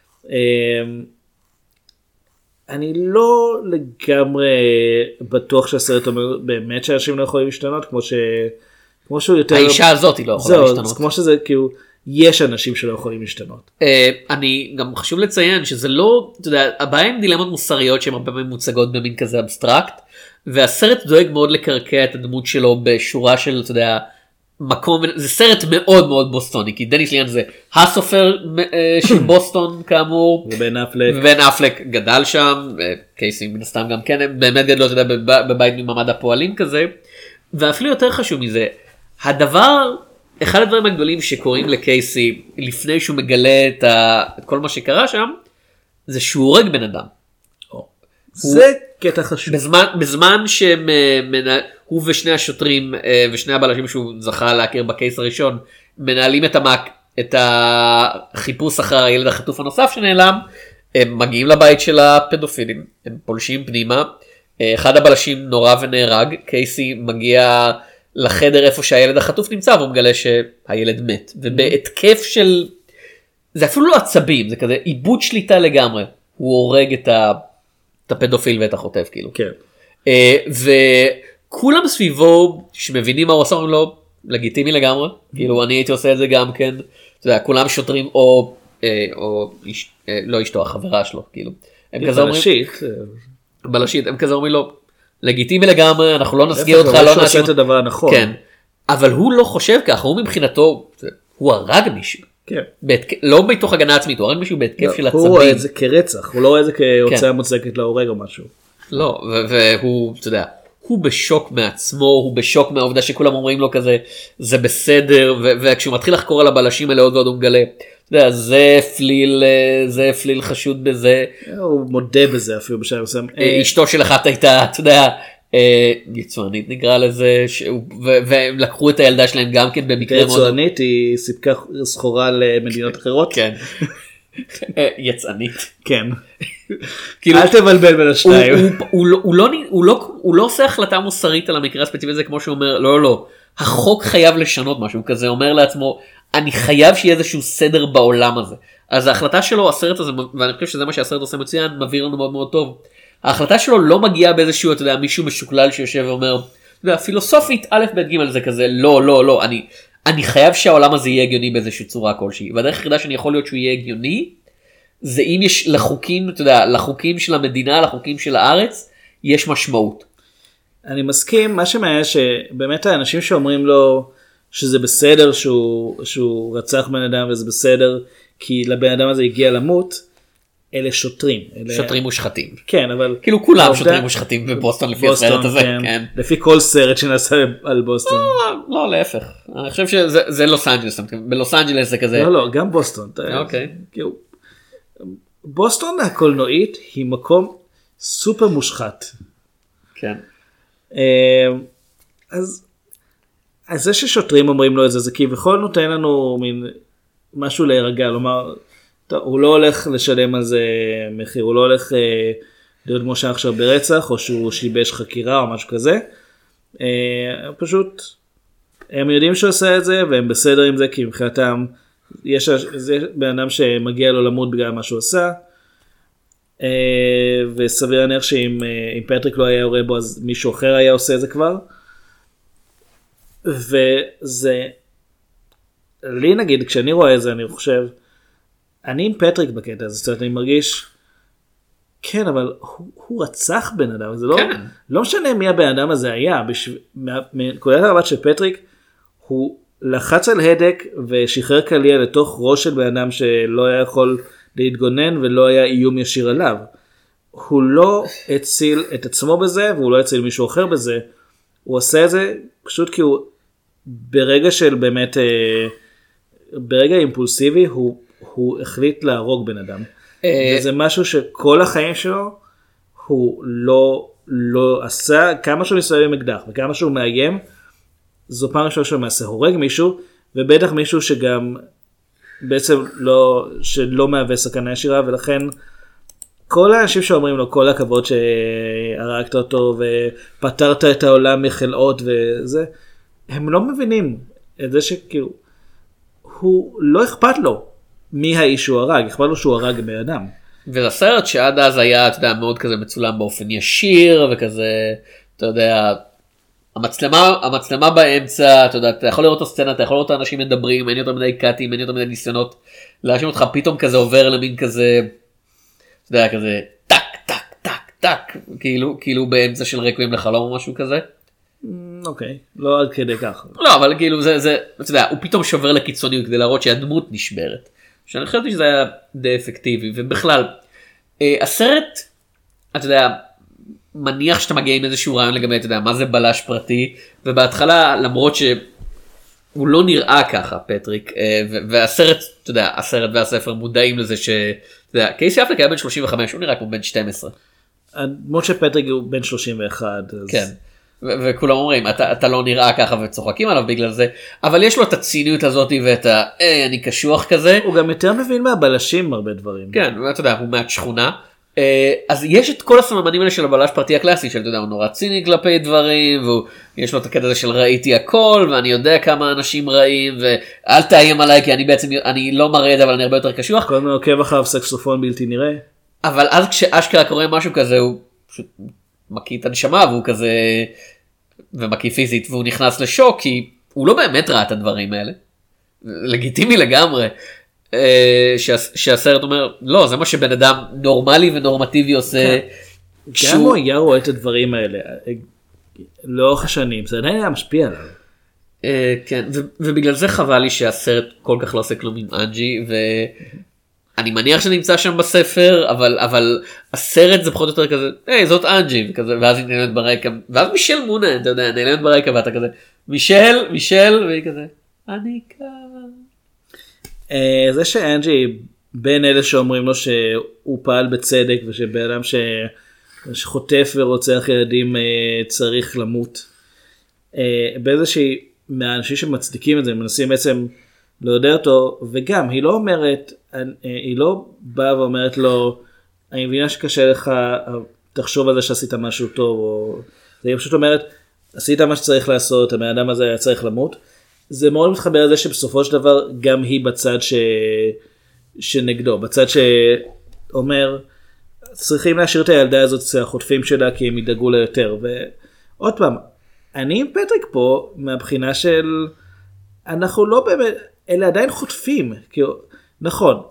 אני לא לגמרי בטוח שהסרט אומר באמת שאנשים לא יכולים להשתנות, כמו שהוא יותר... האישה הזאת היא לא יכולה להשתנות. זהו, כמו שזה כאילו, יש אנשים שלא יכולים להשתנות. אני גם חשוב לציין שזה לא, אתה יודע, הבעיה עם דילמות מוסריות שהן הרבה פעמים מוצגות במין כזה אבסטרקט, והסרט דואג מאוד לקרקע את הדמות שלו בשורה של, אתה יודע, מקום, זה סרט מאוד מאוד בוסטוני, כי דניס ליאן זה הסופר של בוסטון כאמור, ובן אפלק גדל שם, קייסי מן הסתם גם כן, הם באמת גדלו, אתה יודע, בבית ממעמד הפועלים כזה, ואפילו יותר חשוב מזה, אחד הדברים הגדולים שקורים לקייסי לפני שהוא מגלה את כל מה שקרה שם, זה שהוא הורג בן אדם. זה קטע חשוב. בזמן שהוא ושני השוטרים ושני הבלשים שהוא זכה להכיר בקייס הראשון, מנהלים את החיפוש אחר הילד החטוף הנוסף שנעלם, הם מגיעים לבית של הפדופילים, הם פולשים פנימה, אחד הבלשים נורא ונהרג, קייסי מגיע לחדר איפה שהילד החטוף נמצא, והוא מגלה שהילד מת, ובהתקף של, זה אפילו לא עצבים, זה כזה איבוד שליטה לגמרי, הוא הורג את הפדופיל ואת החוטף כאילו. כן. וכולם סביבו שמבינים מה הוא עושה, אומרים לו, לגיטימי לגמרי, כאילו אני הייתי עושה את זה גם כן, אתה יודע, כולם שוטרים או לא אשתו, החברה שלו, כאילו. הם כזה אומרים, בלשית, הם כזה אומרים לו, לגיטימי לגמרי, אנחנו לא נסגיר אותך, לא נעשה את הדבר הנכון. כן, אבל הוא לא חושב ככה, הוא מבחינתו, הוא הרג מישהו. כן. לא בתוך הגנה עצמית, הוא הרג מישהו בהתקף של עצבים. הוא רואה את זה כרצח, הוא לא רואה את זה כהוצאה מוצדקת להורג או משהו. לא, והוא, אתה יודע, הוא בשוק מעצמו, הוא בשוק מהעובדה שכולם אומרים לו כזה, זה בסדר, וכשהוא מתחיל לחקור על הבלשים האלה עוד ועוד הוא מגלה, אתה יודע, זה פליל חשוד בזה. הוא מודה בזה אפילו בשלב מסוים. אשתו של אחת הייתה, אתה יודע, יצואנית נקרא לזה, והם לקחו את הילדה שלהם גם כן במקרה מאוד. יצואנית היא סיפקה סחורה למדינות אחרות. כן. יצאנית. כן. אל תבלבל בין השניים. הוא לא עושה החלטה מוסרית על המקרה הספציפי הזה, כמו שהוא אומר, לא, החוק חייב לשנות משהו כזה, אומר לעצמו, אני חייב שיהיה איזשהו סדר בעולם הזה. אז ההחלטה שלו, הסרט הזה, ואני חושב שזה מה שהסרט עושה מצוין, מבהיר לנו מאוד מאוד טוב. ההחלטה שלו לא מגיעה באיזשהו, אתה יודע, מישהו משוקלל שיושב ואומר, אתה יודע, פילוסופית, א' ב' ג' זה כזה, לא, אני חייב שהעולם הזה יהיה הגיוני באיזושהי צורה כלשהי. והדרך היחידה שאני יכול להיות שהוא יהיה הגיוני, זה אם יש לחוקים, אתה יודע, לחוקים של המדינה, לחוקים של הארץ, יש משמעות. אני מסכים, מה שמעניין שבאמת האנשים שאומרים לו שזה בסדר שהוא רצח בן אדם וזה בסדר, כי לבן אדם הזה הגיע למות, אלה שוטרים. שוטרים מושחתים. כן, אבל... כאילו כולם שוטרים מושחתים בבוסטון לפי הסרט הזה. כן. לפי כל סרט שנעשה על בוסטון. לא, להפך. אני חושב שזה לוס אנג'לס. בלוס אנג'לס זה כזה... לא, גם בוסטון. אוקיי. בוסטון הקולנועית היא מקום סופר מושחת. כן. אז זה ששוטרים אומרים לו את זה, זה כביכול נותן לנו מין משהו להירגע, לומר, טוב, הוא לא הולך לשלם על זה מחיר, הוא לא הולך להיות מושך עכשיו ברצח, או שהוא שיבש חקירה או משהו כזה. פשוט, הם יודעים שהוא עושה את זה, והם בסדר עם זה, כי מבחינתם, זה בן אדם שמגיע לו למות בגלל מה שהוא עשה, וסביר להניח שאם פטריק לא היה יורה בו, אז מישהו אחר היה עושה את זה כבר. וזה, לי נגיד, כשאני רואה את זה, אני חושב, אני עם פטריק בקטע הזה, זאת אומרת, אני מרגיש, כן, אבל הוא רצח בן אדם, זה לא משנה מי הבן אדם הזה היה, מנקודת המבט של פטריק, הוא לחץ על הדק ושחרר קליע לתוך ראש של בן אדם שלא היה יכול להתגונן ולא היה איום ישיר עליו. הוא לא הציל את עצמו בזה והוא לא הציל מישהו אחר בזה. הוא עושה את זה פשוט כי הוא ברגע של באמת, ברגע אימפולסיבי הוא החליט להרוג בן אדם. וזה משהו שכל החיים שלו הוא לא עשה, כמה שהוא מסתובב עם אקדח וכמה שהוא מאיים, זו פעם ראשונה שהוא מעשה הורג מישהו, ובטח מישהו שגם בעצם שלא מהווה סכנה ישירה, ולכן כל האנשים שאומרים לו כל הכבוד שהרגת אותו ופתרת את העולם מחלאות וזה, הם לא מבינים את זה שכאילו, הוא לא אכפת לו מי האיש שהוא הרג, אכפת לו שהוא הרג בן אדם. וזה סרט שעד אז היה, אתה יודע, מאוד כזה מצולם באופן ישיר, וכזה, אתה יודע, המצלמה באמצע, אתה יודע, אתה יכול לראות את הסצנה, אתה יכול לראות את האנשים מדברים, אין יותר מדי קאטים, אין יותר מדי ניסיונות להאשים אותך, פתאום כזה עובר למין כזה, אתה יודע, כזה טק, טק, טק, טק, כאילו באמצע של רקווים לחלום או משהו כזה. אוקיי, לא עד כדי כך. לא, אבל כאילו זה, אתה יודע, הוא פתאום שובר לקיצוניות כדי להראות שהדמות נשברת. שאני חושבת שזה היה די אפקטיבי, ובכלל, הסרט, אתה יודע, מניח שאתה מגיע עם איזשהו רעיון לגבי, אתה יודע, מה זה בלש פרטי, ובהתחלה, למרות שהוא לא נראה ככה, פטריק, והסרט, אתה יודע, הסרט והספר מודעים לזה ש, אתה יודע, קייסי אפלק היה בן 35, הוא נראה כמו בן 12. למרות שפטריק הוא בן 31. אז... כן. וכולם אומרים, אתה לא נראה ככה וצוחקים עליו בגלל זה, אבל יש לו את הציניות הזאת ואת אני קשוח כזה. הוא גם יותר מבין מהבלשים הרבה דברים. כן, ואתה יודע, הוא מהשכונה. אז יש את כל הסממנים האלה של הבלש פרטי הקלאסי, של, אתה יודע, הוא נורא ציני כלפי דברים, ויש לו את הקטע הזה של ראיתי הכל, ואני יודע כמה אנשים רעים, ואל תאיים עליי, כי אני לא מרד, אבל אני הרבה יותר קשוח. כל מיני עוקב אחריו סקסופון בלתי נראה. אבל אז כשאשכרה קורה משהו כזה, הוא פשוט מקיא את הנשמה, והוא כזה, ומקיא פיזית, והוא נכנס לשוק, כי הוא לא באמת ראה את הדברים האלה. לגיטימי לגמרי. שהסרט אומר, לא, זה מה שבן אדם נורמלי ונורמטיבי עושה. גם הוא היה רואה את הדברים האלה, לאורך השנים, זה עדיין היה משפיע עליו. כן, ובגלל זה חבל לי שהסרט כל כך לא עושה כלום עם אנג'י, ואני מניח שנמצא שם בספר, אבל הסרט זה פחות או יותר כזה, היי, זאת אנג'י, וכזה, ואז היא נעלמת ברקע, ואז מישל מונה, אתה יודע, נעלמת ברקע, ואתה כזה, מישל, והיא כזה, אני כאן. זה שאנג'י בין אלה שאומרים לו שהוא פעל בצדק ושבן אדם שחוטף ורוצח ילדים צריך למות, באיזושהי מהאנשים שמצדיקים את זה מנסים בעצם להודע אותו, וגם היא לא אומרת, היא לא באה ואומרת לו אני מבינה שקשה לך, תחשוב על זה שעשית משהו טוב, או היא פשוט אומרת עשית מה שצריך לעשות, הבן אדם הזה היה צריך למות. זה מאוד מתחבר לזה שבסופו של דבר גם היא בצד שנגדו, בצד שאומר צריכים להשאיר את הילדה הזאת אצל החוטפים שלה כי הם ידאגו לה יותר. ועוד פעם, אני עם פטריק פה מהבחינה של אנחנו לא באמת, אלה עדיין חוטפים, כי נכון,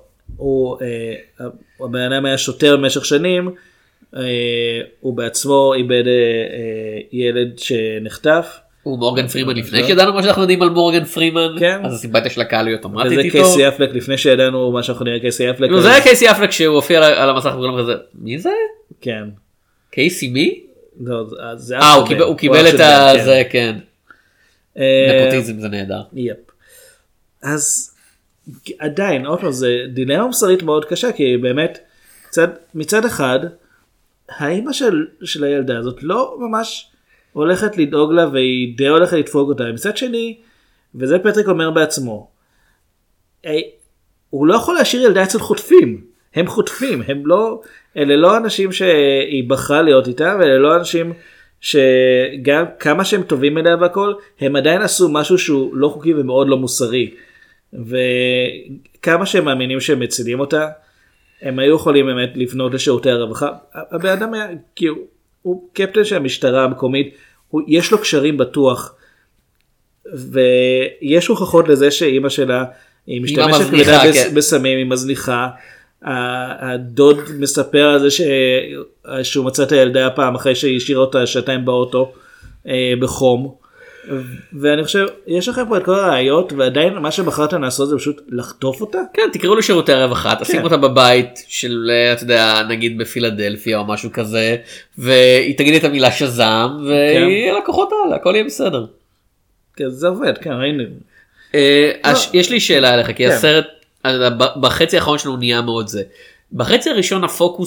הבן אדם היה שוטר במשך שנים, הוא בעצמו איבד ילד שנחטף, הוא מורגן פרימן לפני שידענו מה שאנחנו יודעים על מורגן פרימן, אז הסימפתיה של הקהל היא אוטומטית איתו. וזה קייסי אפלק לפני שידענו מה שאנחנו נראה קייסי אפלק. זה היה קייסי אפלק שהוא הופיע על המסך וכולם כזה, מי זה? כן. קייסי מי? הוא קיבל את זה, כן. נפוטיזם זה נהדר. יפ. אז עדיין, עוד פעם, זה דילמה מוסרית מאוד קשה, כי באמת, מצד אחד, האמא של הילדה הזאת לא ממש הולכת לדאוג לה והיא די הולכת לדפוק אותה. מצד שני, וזה פטריק אומר בעצמו, הוא לא יכול להשאיר ילדה אצל חוטפים. הם חוטפים, אלה לא אנשים שהיא בחרה להיות איתם, ואלה לא אנשים שגם כמה שהם טובים אליה והכל, הם עדיין עשו משהו שהוא לא חוקי ומאוד לא מוסרי. וכמה שהם מאמינים שהם מצילים אותה, הם היו יכולים באמת לפנות לשירותי הרווחה. הבן אדם היה, כי הוא קפטן של המשטרה המקומית, יש לו קשרים בטוח, ויש הוכחות לזה שאימא שלה, היא משתמשת בסמים, היא מזניחה, הדוד מספר על זה שהוא מצא את הילדה פעם אחרי שהיא השאירה אותה שעתיים באוטו בחום, ואני חושב יש לכם פה את כל הראיות, ועדיין מה שבחרתם לעשות זה פשוט לחטוף אותה. כן, תקראו לשירותי הרווחה, תשימו אותה בבית של, אתה יודע, נגיד בפילדלפיה או משהו כזה, והיא תגיד את המילה שזם ויהיה לקוחות הלאה, הכל יהיה בסדר. כן, זה עובד, כן, ראינו. יש לי שאלה אליך, כי הסרט בחצי האחרון שלנו נהיה מאוד זה. בחצי הראשון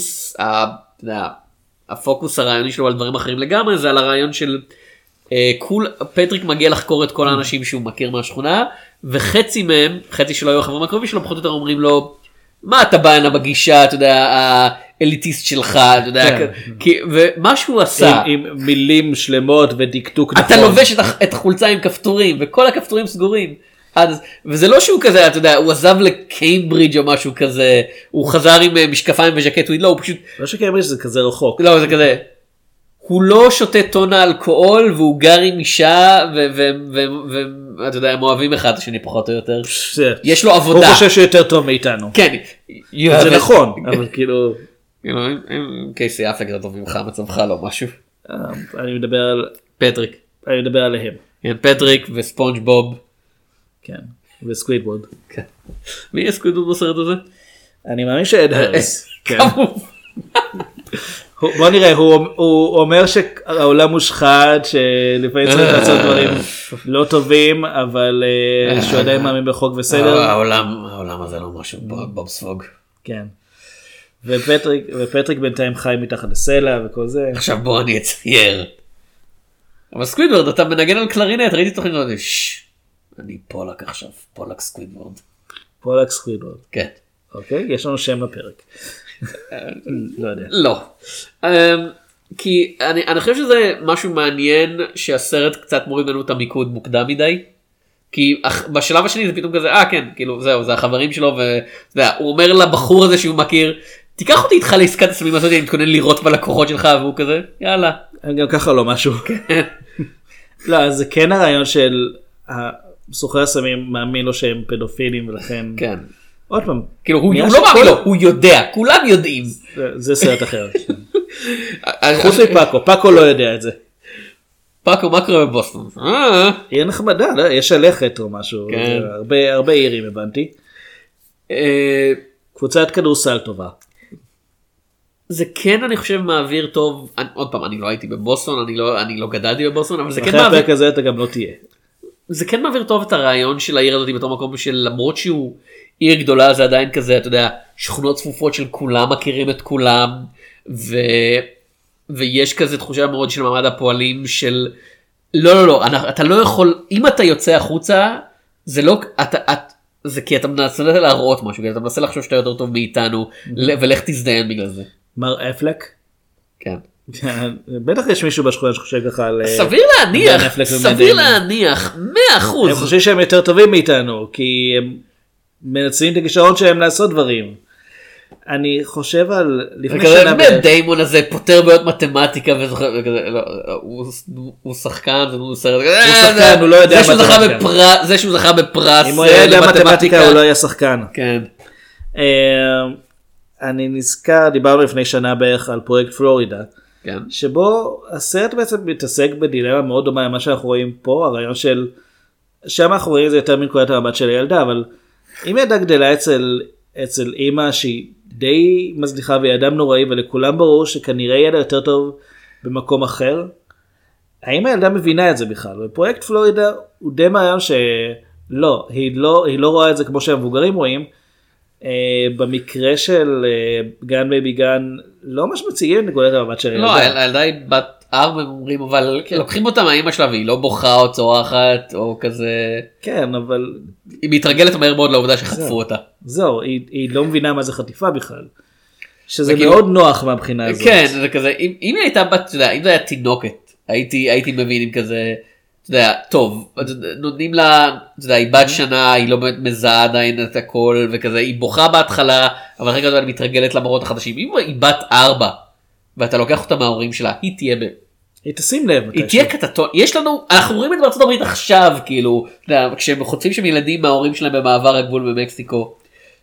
הפוקוס הרעיוני שלו על דברים אחרים לגמרי, זה על הרעיון של פטריק מגיע לחקור את כל האנשים שהוא מכיר מהשכונה, וחצי מהם, חצי שלא היו החברים הקרובים שלו, פחות או יותר אומרים לו, מה אתה בא הנה בגישה, אתה יודע, האליטיסט שלך, אתה יודע, ומה שהוא עשה, עם מילים שלמות ודקדוק נכון. אתה לובש את החולצה עם כפתורים, וכל הכפתורים סגורים. וזה לא שהוא כזה, אתה יודע, הוא עזב לקיימברידג' או משהו כזה, הוא חזר עם משקפיים וז'קט, לא, הוא פשוט... לא שקיימברידג' זה כזה רחוק. לא, זה כזה, הוא לא שותה טונה אלכוהול והוא גר עם אישה ואתה יודע הם אוהבים אחד השני פחות או יותר. יש לו עבודה. הוא חושב שיותר טוב מאיתנו. כן. זה נכון אבל כאילו. אם קייסי אפלק זה טוב ממך מצבך לא משהו. אני מדבר על פטריק. אני מדבר עליהם. פטריק וספונג' בוב. כן. וסקווידווד. מי יהיה סקווידווד בסרט הזה? אני מאמין שאד הרס. בוא נראה, הוא אומר שהעולם מושחת, שלפעמים צריך לעשות דברים לא טובים, אבל שהוא עדיין מאמין בחוק וסדר. העולם הזה לא משהו, בוב ספוג. כן. ופטריק בינתיים חי מתחת לסלע וכל זה. עכשיו בוא אני אצייר. אבל סקווידוורד, אתה מנגן על קלרינט, ראיתי תוכנית, אני פולק עכשיו, פולק סקווידוורד. פולק סקווידוורד. כן. אוקיי, יש לנו שם לפרק. לא יודע. לא. כי אני חושב שזה משהו מעניין שהסרט קצת מוריד לנו את המיקוד מוקדם מדי. כי בשלב השני זה פתאום כזה, כן, כאילו זהו, זה החברים שלו, והוא אומר לבחור הזה שהוא מכיר, תיקח אותי איתך לעסקת הסמים הזאת, אני מתכונן לראות בלקוחות שלך, והוא כזה, יאללה. גם ככה לא משהו. לא, זה כן הרעיון של סוחרי הסמים מאמין לו שהם פדופילים ולכן. כן. עוד פעם. כאילו הוא לא מאמין לו, הוא יודע, כולם יודעים. זה סרט אחר. חוץ מפאקו, פאקו לא יודע את זה. פאקו, מה קורה בבוסטון? עיר נחמדה, יש הלכת או משהו. הרבה עירים הבנתי. קבוצת כדורסל טובה. זה כן אני חושב מעביר טוב, עוד פעם אני לא הייתי בבוסטון, אני לא גדלתי בבוסטון, אבל זה כן מעביר. אחרי הפרק הזה אתה גם לא תהיה. זה כן מעביר טוב את הרעיון של העיר הזאת בתור מקום של למרות שהוא עיר גדולה זה עדיין כזה, אתה יודע, שכונות צפופות של כולם מכירים את כולם, ויש כזה תחושה מאוד של מעמד הפועלים של, לא, אתה לא יכול, אם אתה יוצא החוצה, זה לא, זה כי אתה מנסה להראות משהו, כי אתה מנסה לחשוב שאתה יותר טוב מאיתנו, ולך תזדיין בגלל זה. מר אפלק? כן. בטח יש מישהו בשכונה שחושב ככה על... סביר להניח, 100%. הם חושבים שהם יותר טובים מאיתנו, כי הם מנצלים את הכישרון שלהם לעשות דברים. אני חושב על... דיימון הזה פותר בעיות מתמטיקה וזוכר, הוא שחקן, הוא שחקן, הוא לא יודע מתמטיקה. זה שהוא זכה בפרס אם הוא יודע מתמטיקה הוא לא היה שחקן. כן. אני נזכר, דיברנו לפני שנה בערך על פרויקט פלורידה, שבו הסרט בעצם מתעסק בדילמה מאוד דומה למה שאנחנו רואים פה, הרעיון של, שם אנחנו רואים זה יותר מנקודת המבט של הילדה, אבל אם ילדה גדלה אצל אימא שהיא די מזליחה והיא אדם נוראי, ולכולם ברור שכנראה ילדה יותר טוב במקום אחר, האם הילדה מבינה את זה בכלל? ופרויקט פלורידה הוא די מהרעיון שלא, היא לא רואה את זה כמו שהמבוגרים רואים, במקרה של גן בייבי גן לא ממש מציעים את נקודת המבט של הילדה. לא, הילדה היא בת 4 אומרים, אבל לוקחים אותה מהאמא שלה והיא לא בוכה או צורחת או כזה. כן, אבל... היא מתרגלת מהר מאוד לעובדה שחטפו אותה. זהו, היא לא מבינה מה זה חטיפה בכלל. שזה מאוד נוח מהבחינה הזאת. כן, זה כזה, אם היא הייתה בת, אתה יודע, אם זה היה תינוקת, הייתי מבין עם כזה... אתה יודע, טוב, נותנים לה, אתה יודע, היא בת שנה, היא לא באמת מזהה עדיין את הכל, וכזה, היא בוכה בהתחלה, אבל רגע היא מתרגלת למראות החדשים. אם היא בת 4, ואתה לוקח אותה מההורים שלה, היא תהיה היא תשים לב. היא תהיה קטטון. יש לנו, אנחנו רואים את זה בארצות הברית עכשיו, כאילו, כשהם חוטפים שם ילדים מההורים שלהם במעבר הגבול במקסיקו,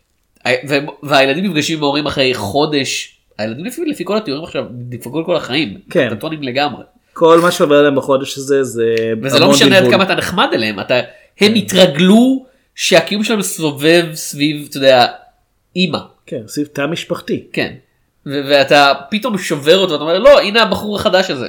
והילדים נפגשים עם ההורים אחרי חודש, הילדים לפי כל התיאורים עכשיו, נפגעו כל החיים, קטטונים לגמרי. כל מה שעובר עליהם בחודש הזה זה וזה לא משנה עד כמה אתה נחמד אליהם, הם התרגלו שהקיום שלהם סובב סביב, אתה יודע, אימא. כן, סביב תא משפחתי. כן, ואתה פתאום שובר אותו, ואתה אומר, לא, הנה הבחור החדש הזה.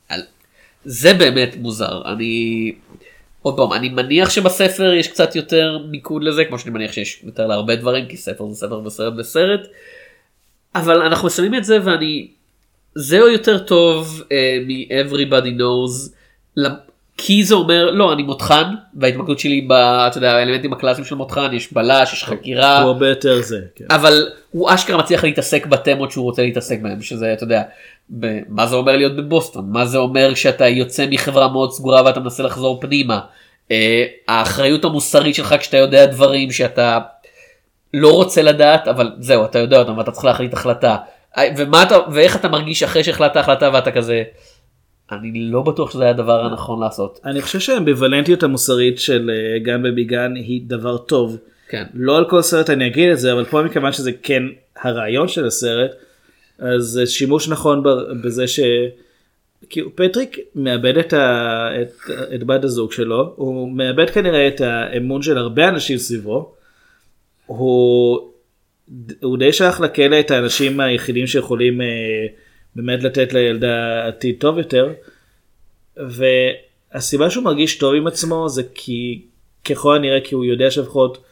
זה באמת מוזר. עוד פעם, אני מניח שבספר יש קצת יותר מיקוד לזה, כמו שאני מניח שיש יותר להרבה דברים, כי ספר זה ספר וסרט בסרט, אבל אנחנו מסיימים את זה, זהו יותר טוב מ-Everybody Knows, כי זה אומר, לא, אני מותחן, וההתמקדות שלי, אתה יודע, האלמנטים הקלאסיים של מותחן, יש בלש, יש חקירה, הוא הרבה יותר זה, כן. אבל הוא אשכרה מצליח להתעסק בתמות שהוא רוצה להתעסק בהם, שזה, אתה יודע, מה זה אומר להיות בבוסטון, מה זה אומר שאתה יוצא מחברה מאוד סגורה ואתה מנסה לחזור פנימה, האחריות המוסרית שלך כשאתה יודע דברים שאתה לא רוצה לדעת, אבל זהו, אתה יודע אותם ואתה צריך להחליט החלטה, ואיך אתה מרגיש אחרי שהחלטת החלטה ואתה כזה, אני לא בטוח שזה היה הדבר הנכון לעשות. אני חושב שהאמביוולנטיות המוסרית של גן בייבי גן היא דבר טוב. כן. לא על כל סרט אני אגיד את זה, אבל פה מכיוון שזה כן הרעיון של הסרט, אז זה שימוש נכון בזה כי פטריק מאבד את בת הזוג שלו, הוא מאבד כנראה את האמון של הרבה אנשים סביבו, הוא די שייך לכלא את האנשים היחידים שיכולים באמת לתת לילדה עתיד טוב יותר, והסיבה שהוא מרגיש טוב עם עצמו זה כי ככל הנראה כי הוא יודע שלפחות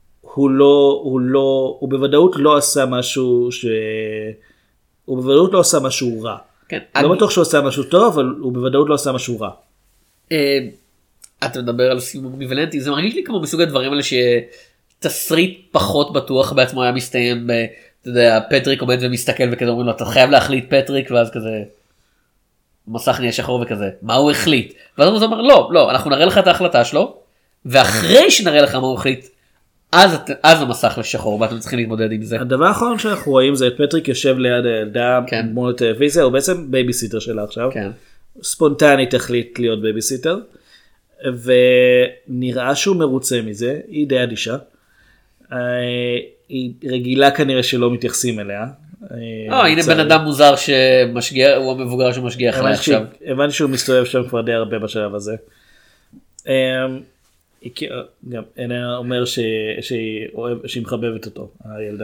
הוא בוודאות לא עשה משהו הוא בוודאות לא עשה משהו רע. כן, לא בטוח שהוא עשה משהו טוב, אבל הוא בוודאות לא עשה משהו רע. אתה מדבר על סיום אמביוולנטי, זה מרגיש לי כמו מסוג הדברים האלה שתסריט פחות בטוח בעצמו היה מסתיים, אתה יודע, פטריק עומד ומסתכל וכזה אומרים לו, אתה חייב להחליט פטריק, ואז כזה, מסך נהיה שחור וכזה, מה הוא החליט? ואז הוא אומר, לא, אנחנו נראה לך את ההחלטה שלו, ואחרי שנראה לך מה הוא החליט, אז המסך לשחור, ואתם צריכים להתמודד עם זה. הדבר האחרון שאנחנו רואים זה את פטריק יושב ליד הילדה מול הטלוויזיה, הוא בעצם בייביסיטר שלה עכשיו. כן. ספונטנית החליט להיות בייביסיטר, ונראה שהוא מרוצה מזה, היא די אדישה. היא רגילה כנראה שלא מתייחסים אליה. הנה בן אדם מוזר שמשגיע, הוא המבוגר שמשגיח עליה עכשיו. הבנתי שהוא מסתובב שם כבר די הרבה בשלב הזה. גם איננה אומר שהיא מחבבת אותו, הילדה.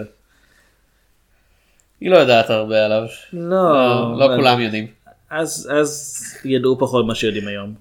היא לא יודעת הרבה עליו. לא כולם יודעים. אז ידעו פחות מה שיודעים היום.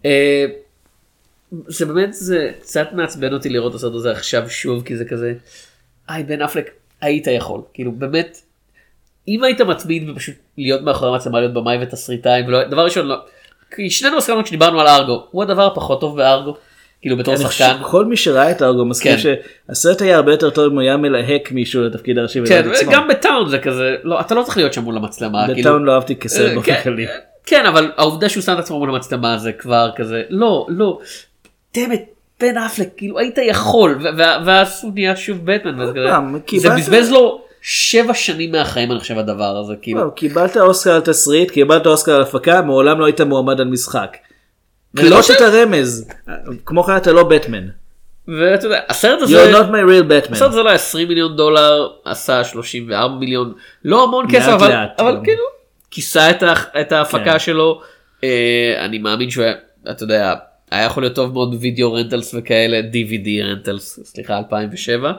זה באמת, זה קצת מעצבן אותי לראות את הסרט הזה עכשיו שוב, כי זה כזה, בן אפלק, היית יכול. כאילו באמת, אם היית מצמיד ופשוט להיות מאחורי המצלמה, להיות במאי ותסריטאי, דבר ראשון, לא. כי שנינו הסכמנו כשדיברנו על ארגו, הוא הדבר הפחות טוב בארגו. כאילו בתור שחקן. כל מי שראה את ארגו מסכים שהסרט היה הרבה יותר טוב אם הוא היה מלהק מישהו לתפקיד הראשי. כן, וגם בטאון זה כזה, אתה לא צריך להיות שם מול המצלמה. בטאון לא אהבתי כסרט באופן כללי. כן, אבל העובדה שהוא שם את עצמו מול המצלמה זה כבר כזה, לא, דמת, בן אפלק, כאילו היית יכול, ואז הוא נהיה שוב בטמן, זה בזבז לו 7 שנים מהחיים אני חושב הדבר הזה. קיבלת אוסקר על תסריט, קיבלת אוסקר על הפקה, מעולם לא היית מועמד על משחק. לא שאתה רמז, כמו כן אתה לא בטמן. ואתה יודע, הסרט הזה, You're not my real Batman. הסרט הזה לא $20 מיליון, עשה 34 מיליון, לא המון כסף, אבל כאילו, כיסה את ההפקה שלו. אני מאמין שהוא, אתה יודע, היה יכול להיות טוב מאוד בווידאו רנטלס וכאלה, DVD רנטלס, סליחה, 2007.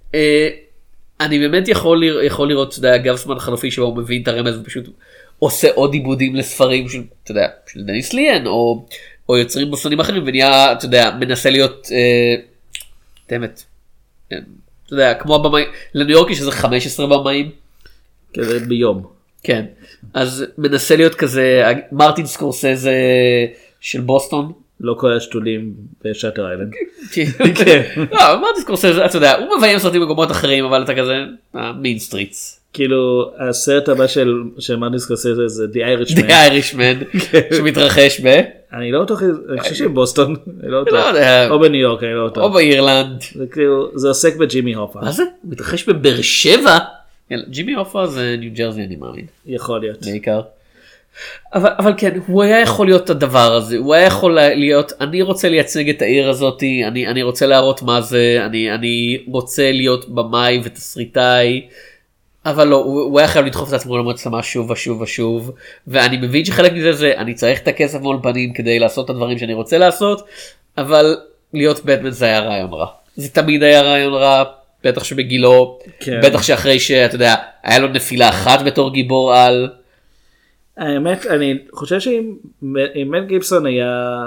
אני באמת יכול לראות, אתה יודע, גבסמן חלופי שבו הוא מבין את הרמז ופשוט עושה עוד עיבודים לספרים של, אתה יודע, של דניס ליאן, או יוצרים בוסונים אחרים, ונהיה, אתה יודע, מנסה להיות, תמת, אתה יודע, כמו הבמאי, לניו יורק יש איזה 15 במאים. כזה ביום. כן, אז מנסה להיות כזה, מרטין סקורסזה של בוסטון. לא כל השתולים בשאטר איילנד. לא, מרטין סקורסזה, אתה יודע, הוא מביים סרטים במקומות אחרים, אבל אתה כזה, מיין סטריטס. כאילו, הסרט הבא של מרטין סקורסזה זה The Irishman. The Irishman, שמתרחש ב... אני לא בטוח, אני חושב שבוסטון, או בניו יורק, אני לא בטוח. או באירלנד. זה עוסק בג'ימי הופה. מה זה? מתרחש בבאר שבע? ג'ימי הופה זה ניו ג'רזי אני מאמין. יכול להיות. בעיקר. אבל כן, הוא היה יכול להיות הדבר הזה, הוא היה יכול להיות, אני רוצה לייצג את העיר הזאת, אני רוצה להראות מה זה, אני רוצה להיות במאי ותסריטאי, אבל לא, הוא היה חייב לדחוף את עצמו למצלמה שוב ושוב ושוב, ואני מבין שחלק מזה זה, אני צריך את הכסף מול פנים כדי לעשות את הדברים שאני רוצה לעשות, אבל להיות בטמן זה היה רעיון רע. זה תמיד היה רעיון רע, בטח שבגילו, בטח שאחרי שאתה יודע, היה לו נפילה אחת בתור גיבור על. האמת, אני חושב שאם מל גיבסון היה,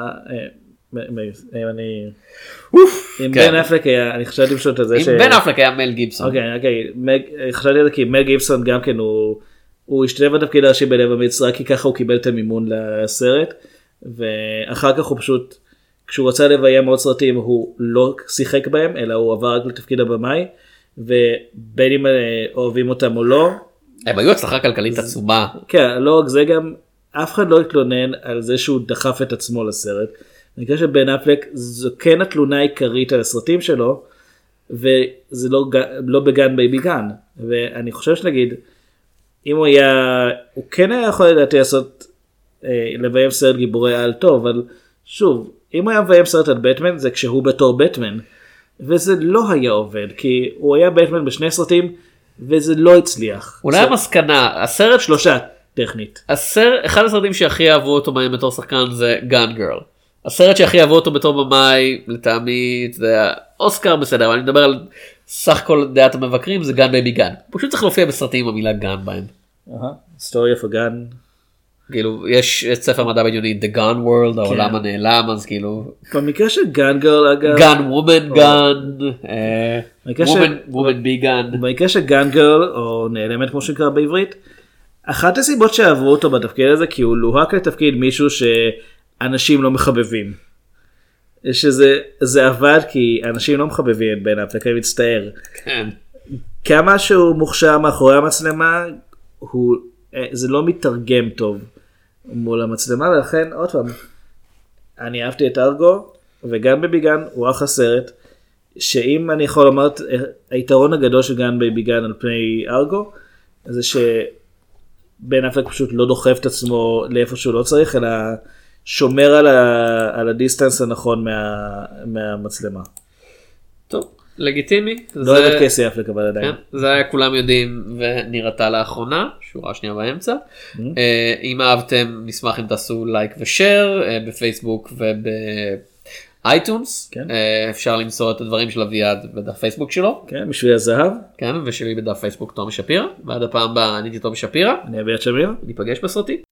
אם בן אפלק היה, אני חשבתי פשוט על זה אם בן אפלק היה מל גיבסון. אוקיי, חשבתי על זה כי מל גיבסון גם כן הוא השתלב בתפקיד הראשי בלב אמיץ, רק כי ככה הוא קיבל את המימון לסרט, ואחר כך הוא פשוט, כשהוא רצה לביים עוד סרטים הוא לא שיחק בהם, אלא הוא עבר רק לתפקיד הבמאי, ובין אם אוהבים אותם או לא, הם היו הצלחה כלכלית עצומה. כן, לא, זה גם, אף אחד לא התלונן על זה שהוא דחף את עצמו לסרט. אני חושב שבן אפלק, זו כן התלונה העיקרית על הסרטים שלו, וזה לא בגן בייבי גן. ואני חושב שנגיד, אם הוא היה, הוא כן היה יכול לדעתי לעשות לביים סרט גיבורי על טוב, אבל שוב, אם הוא היה מביים סרט על בטמן, זה כשהוא בתור בטמן, וזה לא היה עובד, כי הוא היה בטמן בשני סרטים, וזה לא הצליח. אולי המסקנה, הסרט... 3 טכנית. אחד הסרטים שהכי אהבו אותו בתור שחקן זה גן גרל. הסרט שהכי אהבו אותו בתור במאי, לטעמי, זה אוסקר בסדר, אבל אני מדבר על סך כל דעת המבקרים, זה גן בייבי גן. פשוט צריך להופיע בסרטים עם המילה גן בהם. Story of a Gun. כאילו, יש ספר מדע בדיוני, The Gun World, העולם הנעלם, אז כאילו... במקרה של גן גרל, אגב... גן וומן גן, וומן בי גן. במקרה של גן גרל, או נעלמת כמו שנקרא בעברית, אחת הסיבות שאהבו אותו בתפקיד הזה, כי הוא לוהק לתפקיד מישהו שאנשים לא מחבבים. שזה עבד כי אנשים לא מחבבים את בן אפלק, אני מצטער. כן. כמה שהוא מוכשר מאחורי המצלמה, זה לא מתרגם טוב מול המצלמה, ולכן עוד פעם, אני אהבתי את ארגו, וגם בייבי גן הוא אחלה סרט, שאם אני יכול לומר, היתרון הגדול של גן בייבי גן על פני ארגו, זה שבן אפלק פשוט לא דוחף את עצמו לאיפה שהוא לא צריך, אלא שומר על הדיסטנס הנכון מהמצלמה. טוב, לגיטימי. לא אוהב את קייסי אפלק אבל עדיין. זה היה כולם יודעים ונראתה לאחרונה, שורה שנייה באמצע. אם אהבתם נשמח אם תעשו לייק ושאר בפייסבוק ובאייטונס. אפשר למסור את הדברים של אביעד בדף פייסבוק שלו. כן, בשביל הזהב. כן, ושלי בדף פייסבוק תומי שפירא. ועד הפעם הבאה אני הייתי תומי שפירא. אני אביעד שמיר. ניפגש בסרטים.